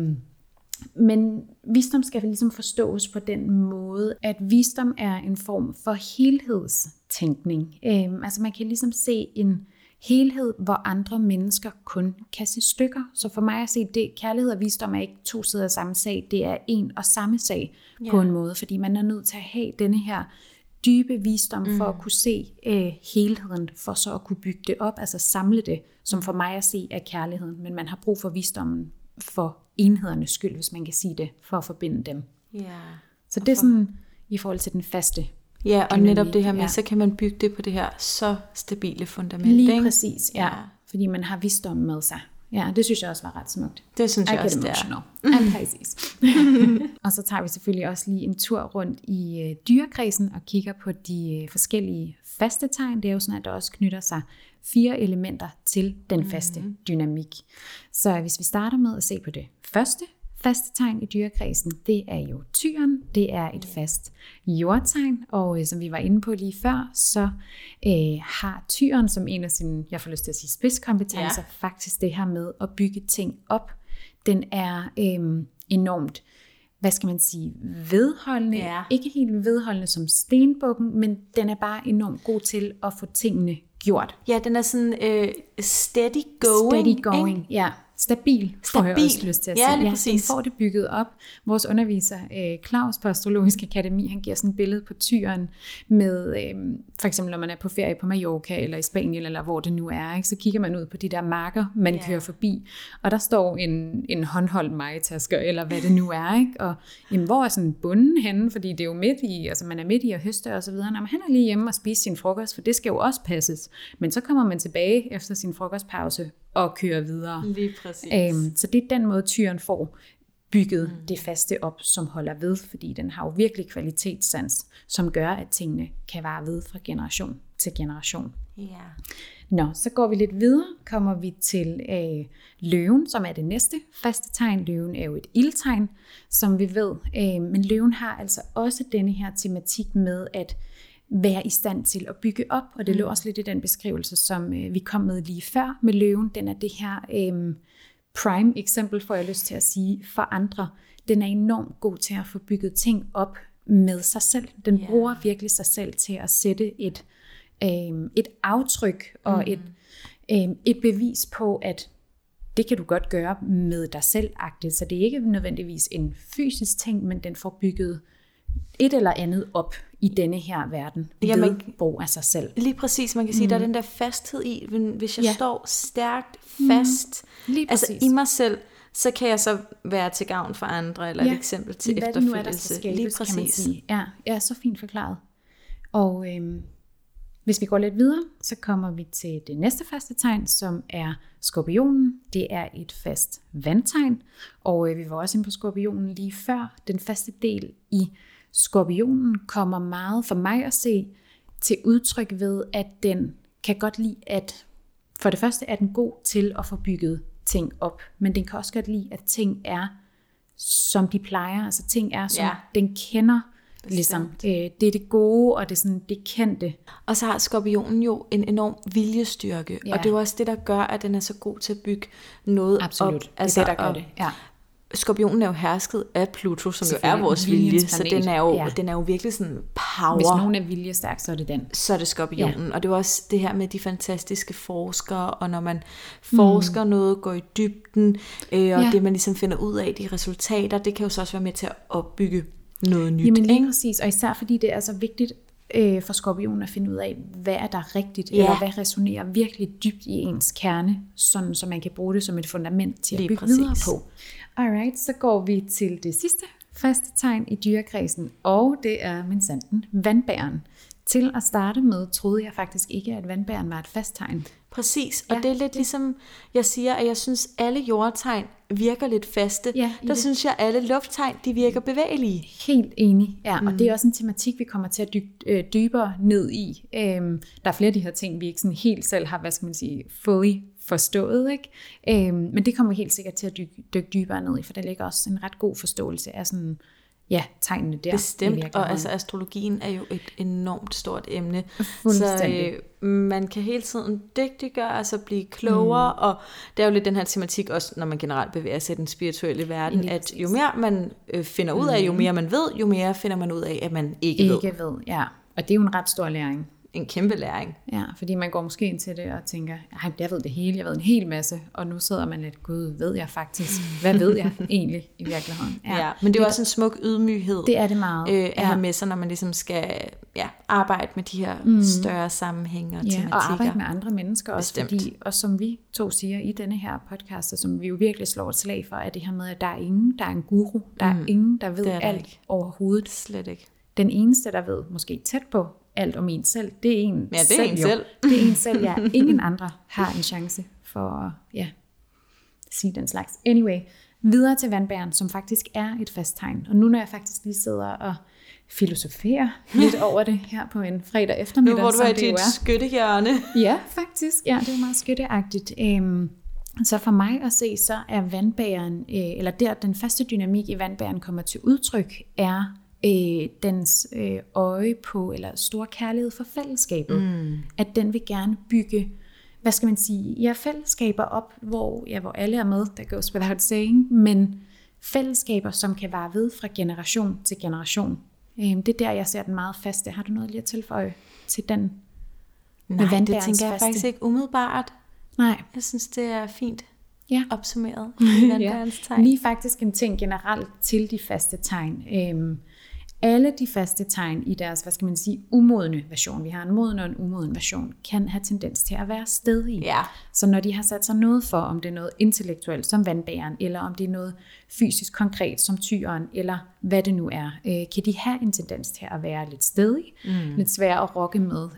Men visdom skal ligesom forstås på den måde, at visdom er en form for helhedstænkning. Altså man kan ligesom se en helhed, hvor andre mennesker kun kan se stykker. Så for mig at se, det kærlighed og visdom er ikke to sider af samme sag, det er en og samme sag på en måde, fordi man er nødt til at have denne her dybe visdom for at kunne se helheden, for så at kunne bygge det op, altså samle det, som for mig at se er kærligheden, men man har brug for visdommen for enhedernes skyld, hvis man kan sige det, for at forbinde dem. Så det er sådan i forhold til den faste. Ja, og netop det her med, så kan man bygge det på det her så stabile fundament. Lige ikke? præcis, ja. Fordi man har visdom med sig. Ja, det synes jeg også var ret smukt. Det synes jeg også, det er. Ja, præcis. Og så tager vi selvfølgelig også lige en tur rundt i dyrekredsen og kigger på de forskellige faste tegn. Det er jo sådan, at der også knytter sig 4 elementer til den faste dynamik. Så hvis vi starter med at se på det første faste tegn i dyrekredsen, det er jo tyren. Det er et fast jordtegn, og som vi var inde på lige før, så har tyren som en af sine, jeg får lyst til at sige spidskompetencer, faktisk det her med at bygge ting op. Den er enormt, hvad skal man sige, vedholdende. Ikke helt vedholdende som stenbukken, men den er bare enormt god til at få tingene gjort. Ja, den er sådan steady going. Steady going, ja. Stabil, får jeg også lyst til at sige. Ja, den får det bygget op. Vores underviser, Claus på Astrologisk Akademi, han giver sådan et billede på tyren med, for eksempel når man er på ferie på Mallorca, eller i Spanien, eller hvor det nu er, ikke? Så kigger man ud på de der marker, man kører forbi, og der står en håndholdt majtasker, eller hvad det nu er, ikke? Og jamen, hvor er sådan bunden henne, fordi det er jo midt i, altså man er midt i at høste og så videre. Når han er lige hjemme og spise sin frokost, for det skal jo også passes. Men så kommer man tilbage efter sin frokostpause, og kører videre. Lige præcis. Så det er den måde, tyren får bygget det faste op, som holder ved, fordi den har jo virkelig kvalitetssans, som gør, at tingene kan vare ved fra generation til generation. Nå, så går vi lidt videre, kommer vi til løven, som er det næste faste tegn. Løven er jo et ildtegn, som vi ved, men løven har altså også denne her tematik med at være i stand til at bygge op, og det lå også lidt i den beskrivelse, som vi kom med lige før med løven. Den er det her prime eksempel, får jeg lyst til at sige, for andre. Den er enormt god til at få bygget ting op med sig selv. Den bruger virkelig sig selv til at sætte et aftryk og et bevis på, at det kan du godt gøre med dig selv-agtigt. Så det er ikke nødvendigvis en fysisk ting, men den får bygget et eller andet op i denne her verden ved brug af sig selv. Lige præcis, man kan sige, der er den der fasthed i, hvis jeg står stærkt fast altså i mig selv, så kan jeg så være til gavn for andre, eller et eksempel til efterfølgelse. Lige præcis. Kan man sige. Ja, så fint forklaret. Og hvis vi går lidt videre, så kommer vi til det næste faste tegn, som er skorpionen. Det er et fast vandtegn, og vi var også inde på skorpionen lige før. Den faste del i skorpionen kommer meget for mig at se til udtryk ved, at den kan godt lide, at for det første er den god til at få bygget ting op, men den kan også godt lide, at ting er, som de plejer. Altså ting er, som den kender. Ligesom, det er det gode, og det er sådan det kendte. Og så har skorpionen jo en enorm viljestyrke, og det er jo også det, der gør, at den er så god til at bygge noget Absolut. op. Altså, det er det, der gør det. Ja. Skorpionen er jo hersket af Pluto, som jo er vores vilje, så den er jo virkelig sådan power. Hvis nogen er viljestærk, så er det den. Så er det skorpionen, og det er også det her med de fantastiske forskere, og når man forsker noget, går i dybden, og det man ligesom finder ud af, de resultater, det kan jo så også være med til at opbygge noget nyt. Jamen lige præcis, og især fordi det er så vigtigt for skorpionen at finde ud af, hvad er der rigtigt, eller hvad resonerer virkelig dybt i ens kerne, sådan så man kan bruge det som et fundament til at bygge videre på. Alright, så går vi til det sidste faste tegn i dyrekredsen, og det er minsandten vandbæren. til at starte med, troede jeg faktisk ikke, at vandbæren var et fast tegn. Præcis, og det er lidt ligesom, jeg siger, at jeg synes, alle jordtegn virker lidt faste. Der synes jeg, at alle lufttegn, de virker bevægelige. Helt enig, ja, og det er også en tematik, vi kommer til at dykke dybere ned i. Der er flere af de her ting, vi ikke sådan helt selv har, fully forstået, ikke? Men det kommer vi helt sikkert til at dykke dybere ned i, for der ligger også en ret god forståelse af sådan, tegnene der. Bestemt, og altså astrologien er jo et enormt stort emne, så man kan hele tiden dygtiggøre, altså blive klogere, og det er jo lidt den her tematik også, når man generelt bevæger sig i den spirituelle verden, at jo mere man finder ud af, jo mere man ved, jo mere finder man ud af, at man ikke ved. Ja, og det er jo en ret stor læring. En kæmpe læring. Ja, fordi man går måske ind til det og tænker, jeg ved det hele, jeg ved en hel masse, og nu sidder man lidt, gud, ved jeg faktisk, hvad ved jeg egentlig i virkeligheden? Ja, men det er jo også en smuk ydmyghed. Det er det meget. At have med sig, når man ligesom skal arbejde med de her større sammenhænge og tematikker. Og arbejde med andre mennesker også, fordi, og som vi to siger i denne her podcast, og som vi jo virkelig slår et slag for, er det her med, at der er ingen, der er en guru, der er ingen, der ved alt overhovedet. Slet ikke. Den eneste, der ved måske tæt på alt om en selv, det er en selv. Det er en selv, ja. Ingen andre har en chance for at sige den slags. Anyway, videre til vandbæren, som faktisk er et fast tegn. Og nu når jeg faktisk lige sidder og filosoferer lidt over det her på en fredag eftermiddag. Nu hvor du er i dit skyttehjørne. Ja, faktisk. Ja, det er meget skytteagtigt. Så for mig at se, så er vandbæren, eller der den faste dynamik i vandbæren kommer til udtryk, er dens øje på, eller stor kærlighed for fællesskabet. At den vil gerne bygge, fællesskaber op, hvor alle er med, der goes without saying, men fællesskaber, som kan vare ved fra generation til generation. Det er der, jeg ser den meget faste. Har du noget lige at tilføje til den? Nej, det tænker jeg faktisk ikke umiddelbart. Nej. Jeg synes, det er fint opsummeret i vandbærens tegn. Lige faktisk en ting generelt til de faste tegn. Alle de faste tegn i deres, umodne version, vi har en moden og en umoden version, kan have tendens til at være stedige. Ja. Så når de har sat sig noget for, om det er noget intellektuelt som vandbæren, eller om det er noget fysisk konkret som tyren, eller hvad det nu er, kan de have en tendens til at være lidt stedige, lidt svære at rokke med,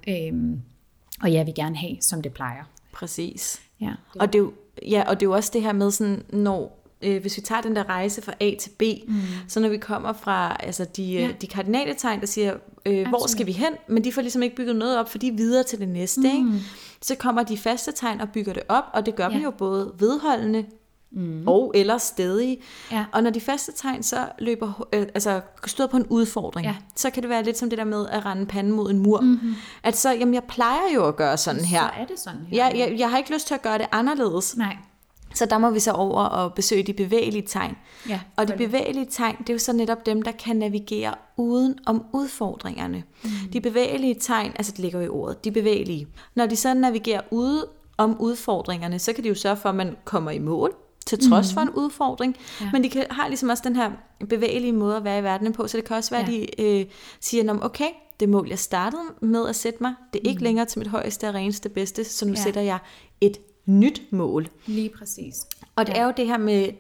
og jeg vil gerne have, som det plejer. Præcis. Ja, og det er jo også det her med sådan, når hvis vi tager den der rejse fra A til B, så når vi kommer fra de kardinale tegn, der siger, hvor skal vi hen, men de får ligesom ikke bygget noget op, for de er videre til det næste, ikke? Så kommer de faste tegn og bygger det op, og det gør dem jo både vedholdende og eller stedige. Ja. Og når de faste tegn så støder på en udfordring, så kan det være lidt som det der med at rende panden mod en mur. At så, jeg plejer jo at gøre sådan her. Så er det sådan her. Jeg har ikke lyst til at gøre det anderledes. Nej. Så der må vi så over og besøge de bevægelige tegn. Ja, og de bevægelige tegn, det er jo så netop dem, der kan navigere uden om udfordringerne. De bevægelige tegn, altså det ligger jo i ordet, de bevægelige. Når de så navigerer ude om udfordringerne, så kan de jo sørge for, at man kommer i mål, til trods for en udfordring. Ja. Men de har ligesom også den her bevægelige måde at være i verden på, så det kan også være, at de siger, okay, det mål, jeg startede med at sætte mig, det er ikke længere til mit højeste og reneste bedste, så nu sætter jeg et nyt mål. Lige præcis. Og det er jo det her med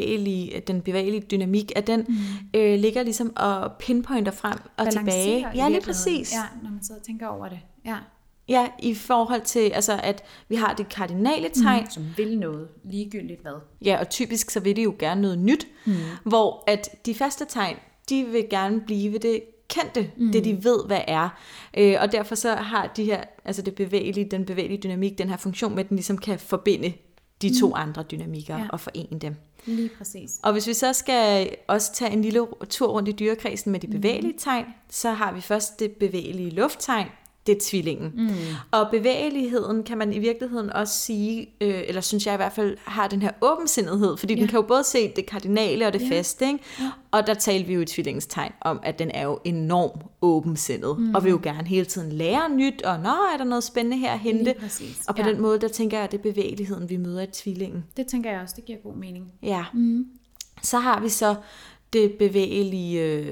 den bevægelige dynamik, at den ligger ligesom og pinpointer frem og tilbage. Ja, lige præcis. Ja, når man sidder og tænker over det. Ja. Ja, i forhold til, at vi har det kardinale tegn. Som vil noget, ligegyldigt hvad. Ja, og typisk så vil de jo gerne noget nyt, hvor at de faste tegn, de vil gerne blive det kendte, det de ved, hvad er. Og derfor så har de her, den bevægelige dynamik, den her funktion med, at den ligesom kan forbinde de to andre dynamikker og forene dem. Lige præcis. Og hvis vi så skal også tage en lille tur rundt i dyrekredsen med de bevægelige tegn, så har vi først det bevægelige lufttegn, det er tvillingen. Og bevægeligheden kan man i virkeligheden også sige, eller synes jeg i hvert fald, har den her åbensindighed, fordi den kan jo både se det kardinale og det faste, ikke? Ja. Og der taler vi jo i tvillingens tegn om, at den er jo enormt åbensindet, og vil jo gerne hele tiden lære nyt, og er der noget spændende her at hente? Og på den måde, der tænker jeg, at det er bevægeligheden, vi møder i tvillingen. Det tænker jeg også, det giver god mening. Ja. Så har vi så det bevægelige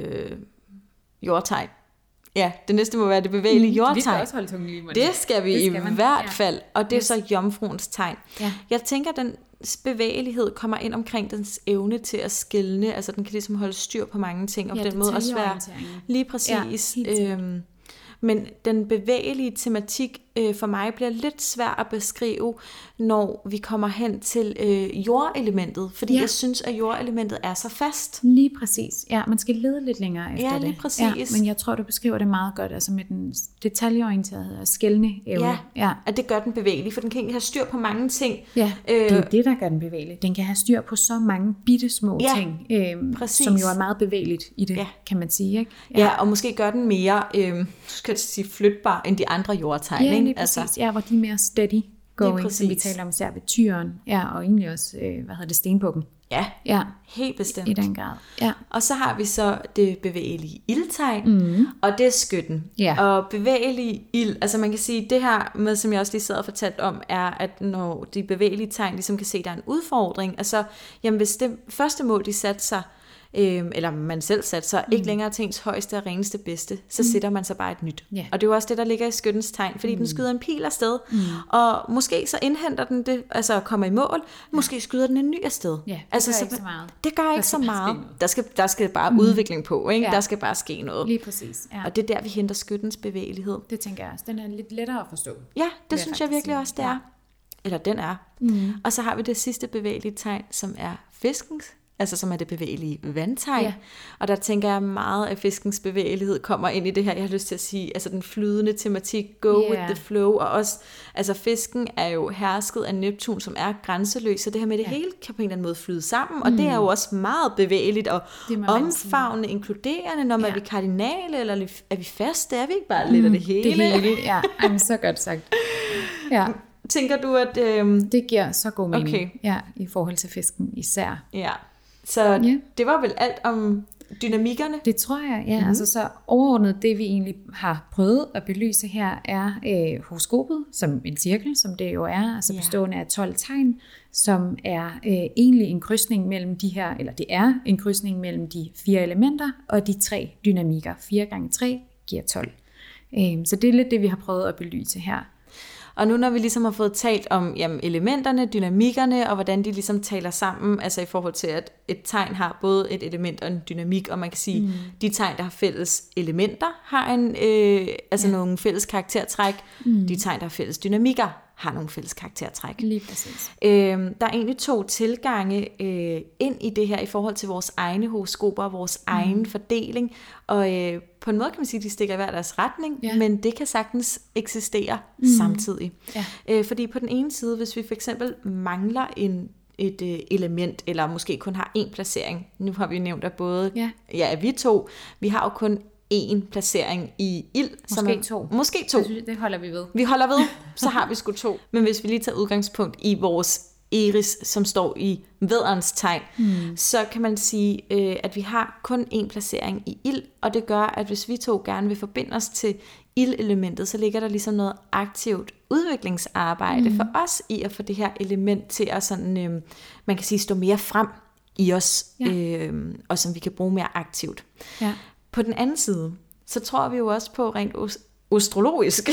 jordtegn. Ja, det næste må være det bevægelige jordtegn. Vi skal også holde tungen lige. Det skal vi i hvert fald, og det er så jomfruens tegn. Ja. Jeg tænker, at den bevægelighed kommer ind omkring dens evne til at skelne, altså den kan ligesom holde styr på mange ting, og på den måde også være lige præcis. Men den bevægelige tematik for mig bliver lidt svær at beskrive, når vi kommer hen til jordelementet, fordi jeg synes, at jordelementet er så fast. Lige præcis. Ja, man skal lede lidt længere efter det. Ja, lige præcis. Ja, men jeg tror, du beskriver det meget godt, altså med den detaljeorienterede og skelne evne. Ja, at det gør den bevægelig, for den kan egentlig have styr på mange ting. Ja, det er det, der gør den bevægelig. Den kan have styr på så mange bittesmå ting, som jo er meget bevægeligt i det, kan man sige. Ikke? Ja, og måske gør den mere flytbar end de andre jordtegn. Ja, lige præcis. Altså. Ja, hvor de er mere steady going, som vi taler om især ved tyren, og egentlig også, stenbukken. Ja, helt bestemt. I den grad. Ja. Og så har vi så det bevægelige ildtegn, og det er skytten. Ja. Og bevægelig ild, altså man kan sige, det her med, som jeg også lige sad og fortalte om, er, at når de bevægelige tegn ligesom kan se, at der er en udfordring, altså, jamen hvis det første mål, de satte sig, eller man selv satte sig, ikke længere til ens højeste og reneste bedste, så sætter man sig bare et nyt. Yeah. Og det er jo også det, der ligger i skyttens tegn, fordi den skyder en pil afsted, og måske så indhenter den det, altså kommer i mål, måske skyder den en ny afsted. Ja, altså, gør ikke så meget. Det gør ikke så meget. Der skal bare udvikling på, ikke? Ja. Der skal bare ske noget. Lige præcis. Ja. Og det er der, vi henter skyttens bevægelighed. Det tænker jeg også. Den er lidt lettere at forstå. Ja, det synes jeg virkelig også, det er. Eller den er. Og så har vi det sidste bevægelige tegn, som er fiskens, altså som er det bevægelige vandtegn. Ja. Og der tænker jeg meget, at fiskens bevægelighed kommer ind i det her, jeg har lyst til at sige, altså den flydende tematik, go with the flow, og også, altså fisken er jo hersket af Neptun, som er grænseløs, så det her med det hele kan på en eller anden måde flyde sammen, og det er jo også meget bevægeligt og omfavnende, inkluderende, når man er vi kardinale, eller er vi faste, er vi ikke bare lidt af det hele? Det hele, ja, så godt sagt. Ja. Tænker du, at... Det giver så god mening, i forhold til fisken især. Ja. Så det var vel alt om dynamikkerne? Det tror jeg, ja. Altså så overordnet, det vi egentlig har prøvet at belyse her, er horoskopet som en cirkel, som det jo er, altså bestående af 12 tegn, som er egentlig en krydsning mellem de her, eller det er en krydsning mellem de 4 elementer og de 3 dynamikker. 4 gange 3 giver 12. Så det er lidt det, vi har prøvet at belyse her. Og nu når vi ligesom har fået talt om elementerne, dynamikkerne, og hvordan de ligesom taler sammen, altså i forhold til, at et tegn har både et element og en dynamik, og man kan sige, de tegn, der har fælles elementer, har nogle fælles karaktertræk. De tegn, der har fælles dynamikker, har nogle fælles karaktertræk. Lige præcis. Der er egentlig 2 tilgange ind i det her, i forhold til vores egne horoskoper og vores egen fordeling, og på en måde kan man sige, at de stikker i hver deres retning, men det kan sagtens eksistere samtidig. Ja. Fordi på den ene side, hvis vi for eksempel mangler et element, eller måske kun har én placering, nu har vi nævnt, at både, vi 2, vi har jo kun én placering i ild. Måske to. Det holder vi ved. Vi holder ved, så har vi sgu 2. Men hvis vi lige tager udgangspunkt i vores Eris, som står i vædderens tegn, så kan man sige, at vi har kun én placering i ild, og det gør, at hvis vi 2 gerne vil forbinde os til ildelementet, så ligger der ligesom noget aktivt udviklingsarbejde for os i at få det her element til at sådan, man kan sige, stå mere frem i os, og som vi kan bruge mere aktivt. Ja. På den anden side, så tror vi jo også på rent astrologisk,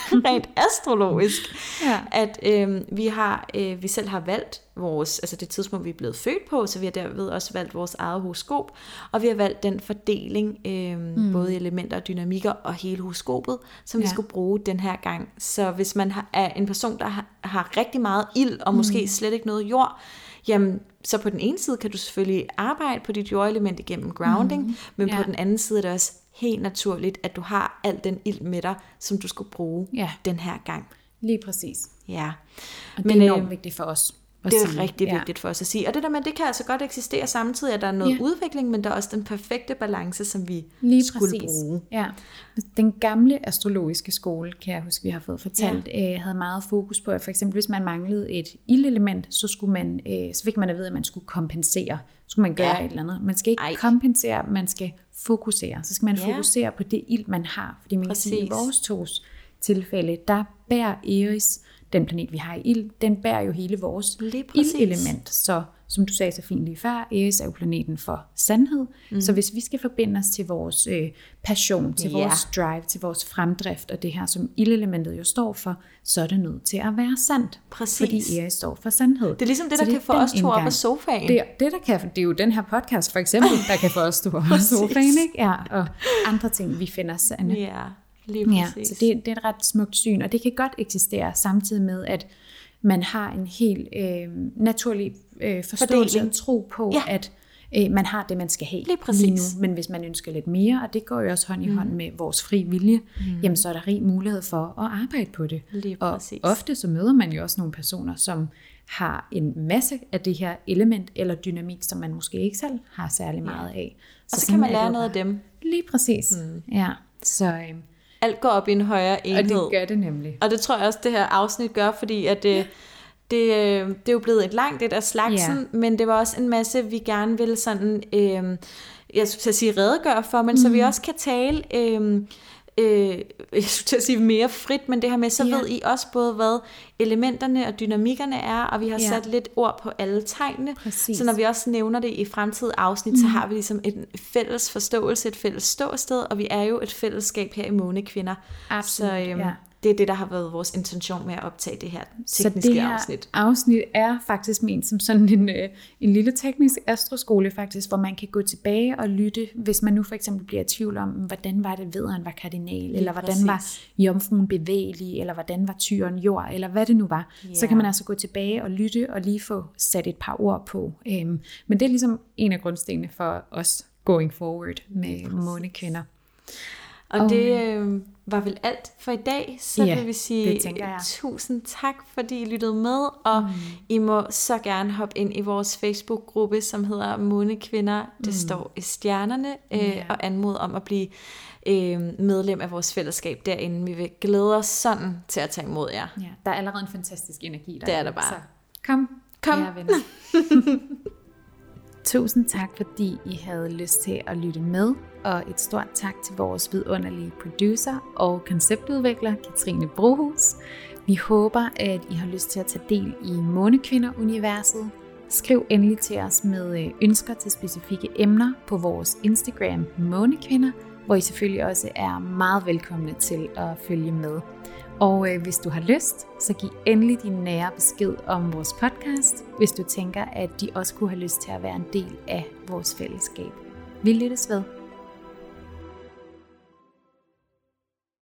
at vi selv har valgt vores, altså det tidspunkt, vi er blevet født på, så vi har derved også valgt vores eget horoskop, og vi har valgt den fordeling, både elementer og dynamikker og hele horoskopet, som vi skulle bruge den her gang. Så hvis man er en person, der har rigtig meget ild, og måske slet ikke noget jord, jamen, så på den ene side kan du selvfølgelig arbejde på dit jordelement igennem grounding, men på den anden side er det også helt naturligt, at du har al den ild med dig, som du skulle bruge den her gang. Lige præcis. Ja. Og det er enormt vigtigt for os. Det er rigtig vigtigt for os at sige. Og det der med, det kan altså godt eksistere samtidig, at der er noget udvikling, men der er også den perfekte balance, som vi skulle bruge. Ja. Den gamle astrologiske skole, kan jeg huske, vi har fået fortalt, havde meget fokus på, at for eksempel hvis man manglede et ildelement, så fik man at vide, at man skulle kompensere. Så skulle man gøre et eller andet. Man skal ikke kompensere, man skal fokusere. Så skal man fokusere på det ild, man har. Fordi man kan sige, i vores 2's tilfælde, der bærer Eris, den planet, vi har i ild, den bærer jo hele vores ildelement. Så som du sagde så fint lige før, Eris er jo planeten for sandhed. Så hvis vi skal forbinde os til vores passion, til vores drive, til vores fremdrift, og det her, som ildelementet jo står for, så er det nødt til at være sandt. Præcis. Fordi Eris står for sandhed. Det er ligesom det, der kan få os 2 op af sofaen. Det er jo den her podcast for eksempel, der kan få os 2 op af sofaen, ikke? Ja, og andre ting, vi finder sande. Ja. Lige ja, så det er et ret smukt syn, og det kan godt eksistere samtidig med, at man har en helt naturlig forståelse og tro på, at man har det, man skal have lige nu. Men hvis man ønsker lidt mere, og det går jo også hånd i hånd med vores fri vilje, jamen så er der rig mulighed for at arbejde på det. Og ofte så møder man jo også nogle personer, som har en masse af det her element eller dynamik, som man måske ikke selv har særlig meget af. Så kan man lære noget af dem. Lige præcis. Ja, så... alt går op i en højere enhed. Og det gør det nemlig. Og det tror jeg også, det her afsnit gør, fordi at det er jo blevet et langt et af slagsen, men det var også en masse, vi gerne ville sådan, jeg skulle sige redegøre for, men så vi også kan tale, jeg skulle sige mere frit, men det her med, så ved I også både, hvad elementerne og dynamikkerne er, og vi har sat lidt ord på alle tegnene, så når vi også nævner det i fremtidige afsnit, så har vi ligesom en fælles forståelse, et fælles ståsted, og vi er jo et fællesskab her i Månekvinder. Absolut, så det er det, der har været vores intention med at optage det her tekniske afsnit. Så det her afsnit er faktisk ment som sådan en lille teknisk astroskole faktisk, hvor man kan gå tilbage og lytte, hvis man nu for eksempel bliver i tvivl om, hvordan var det vædderen var kardinal, eller hvordan var jomfruen bevægelig, eller hvordan var tyren jord, eller hvad det nu var. Så kan man altså gå tilbage og lytte og lige få sat et par ord på. Men det er ligesom en af grundstenene for os going forward med Månekvinder. Og det var vel alt for i dag, så vil vi sige tusind tak, fordi I lyttede med, og I må så gerne hoppe ind i vores Facebook-gruppe, som hedder Månekvinder, det står i stjernerne, og anmode om at blive medlem af vores fællesskab derinde. Vi vil glæde os sådan til at tage imod jer. Ja, der er allerede en fantastisk energi der. Det er der bare. Så kom. Kære venner. Tusind tak, fordi I havde lyst til at lytte med, og et stort tak til vores vidunderlige producer og konceptudvikler, Katrine Brohus. Vi håber, at I har lyst til at tage del i Månekvinder-universet. Skriv endelig til os med ønsker til specifikke emner på vores Instagram Månekvinder, hvor I selvfølgelig også er meget velkomne til at følge med. Og hvis du har lyst, så giv endelig din nære besked om vores podcast, hvis du tænker, at de også kunne have lyst til at være en del af vores fællesskab. Vi lyttes ved.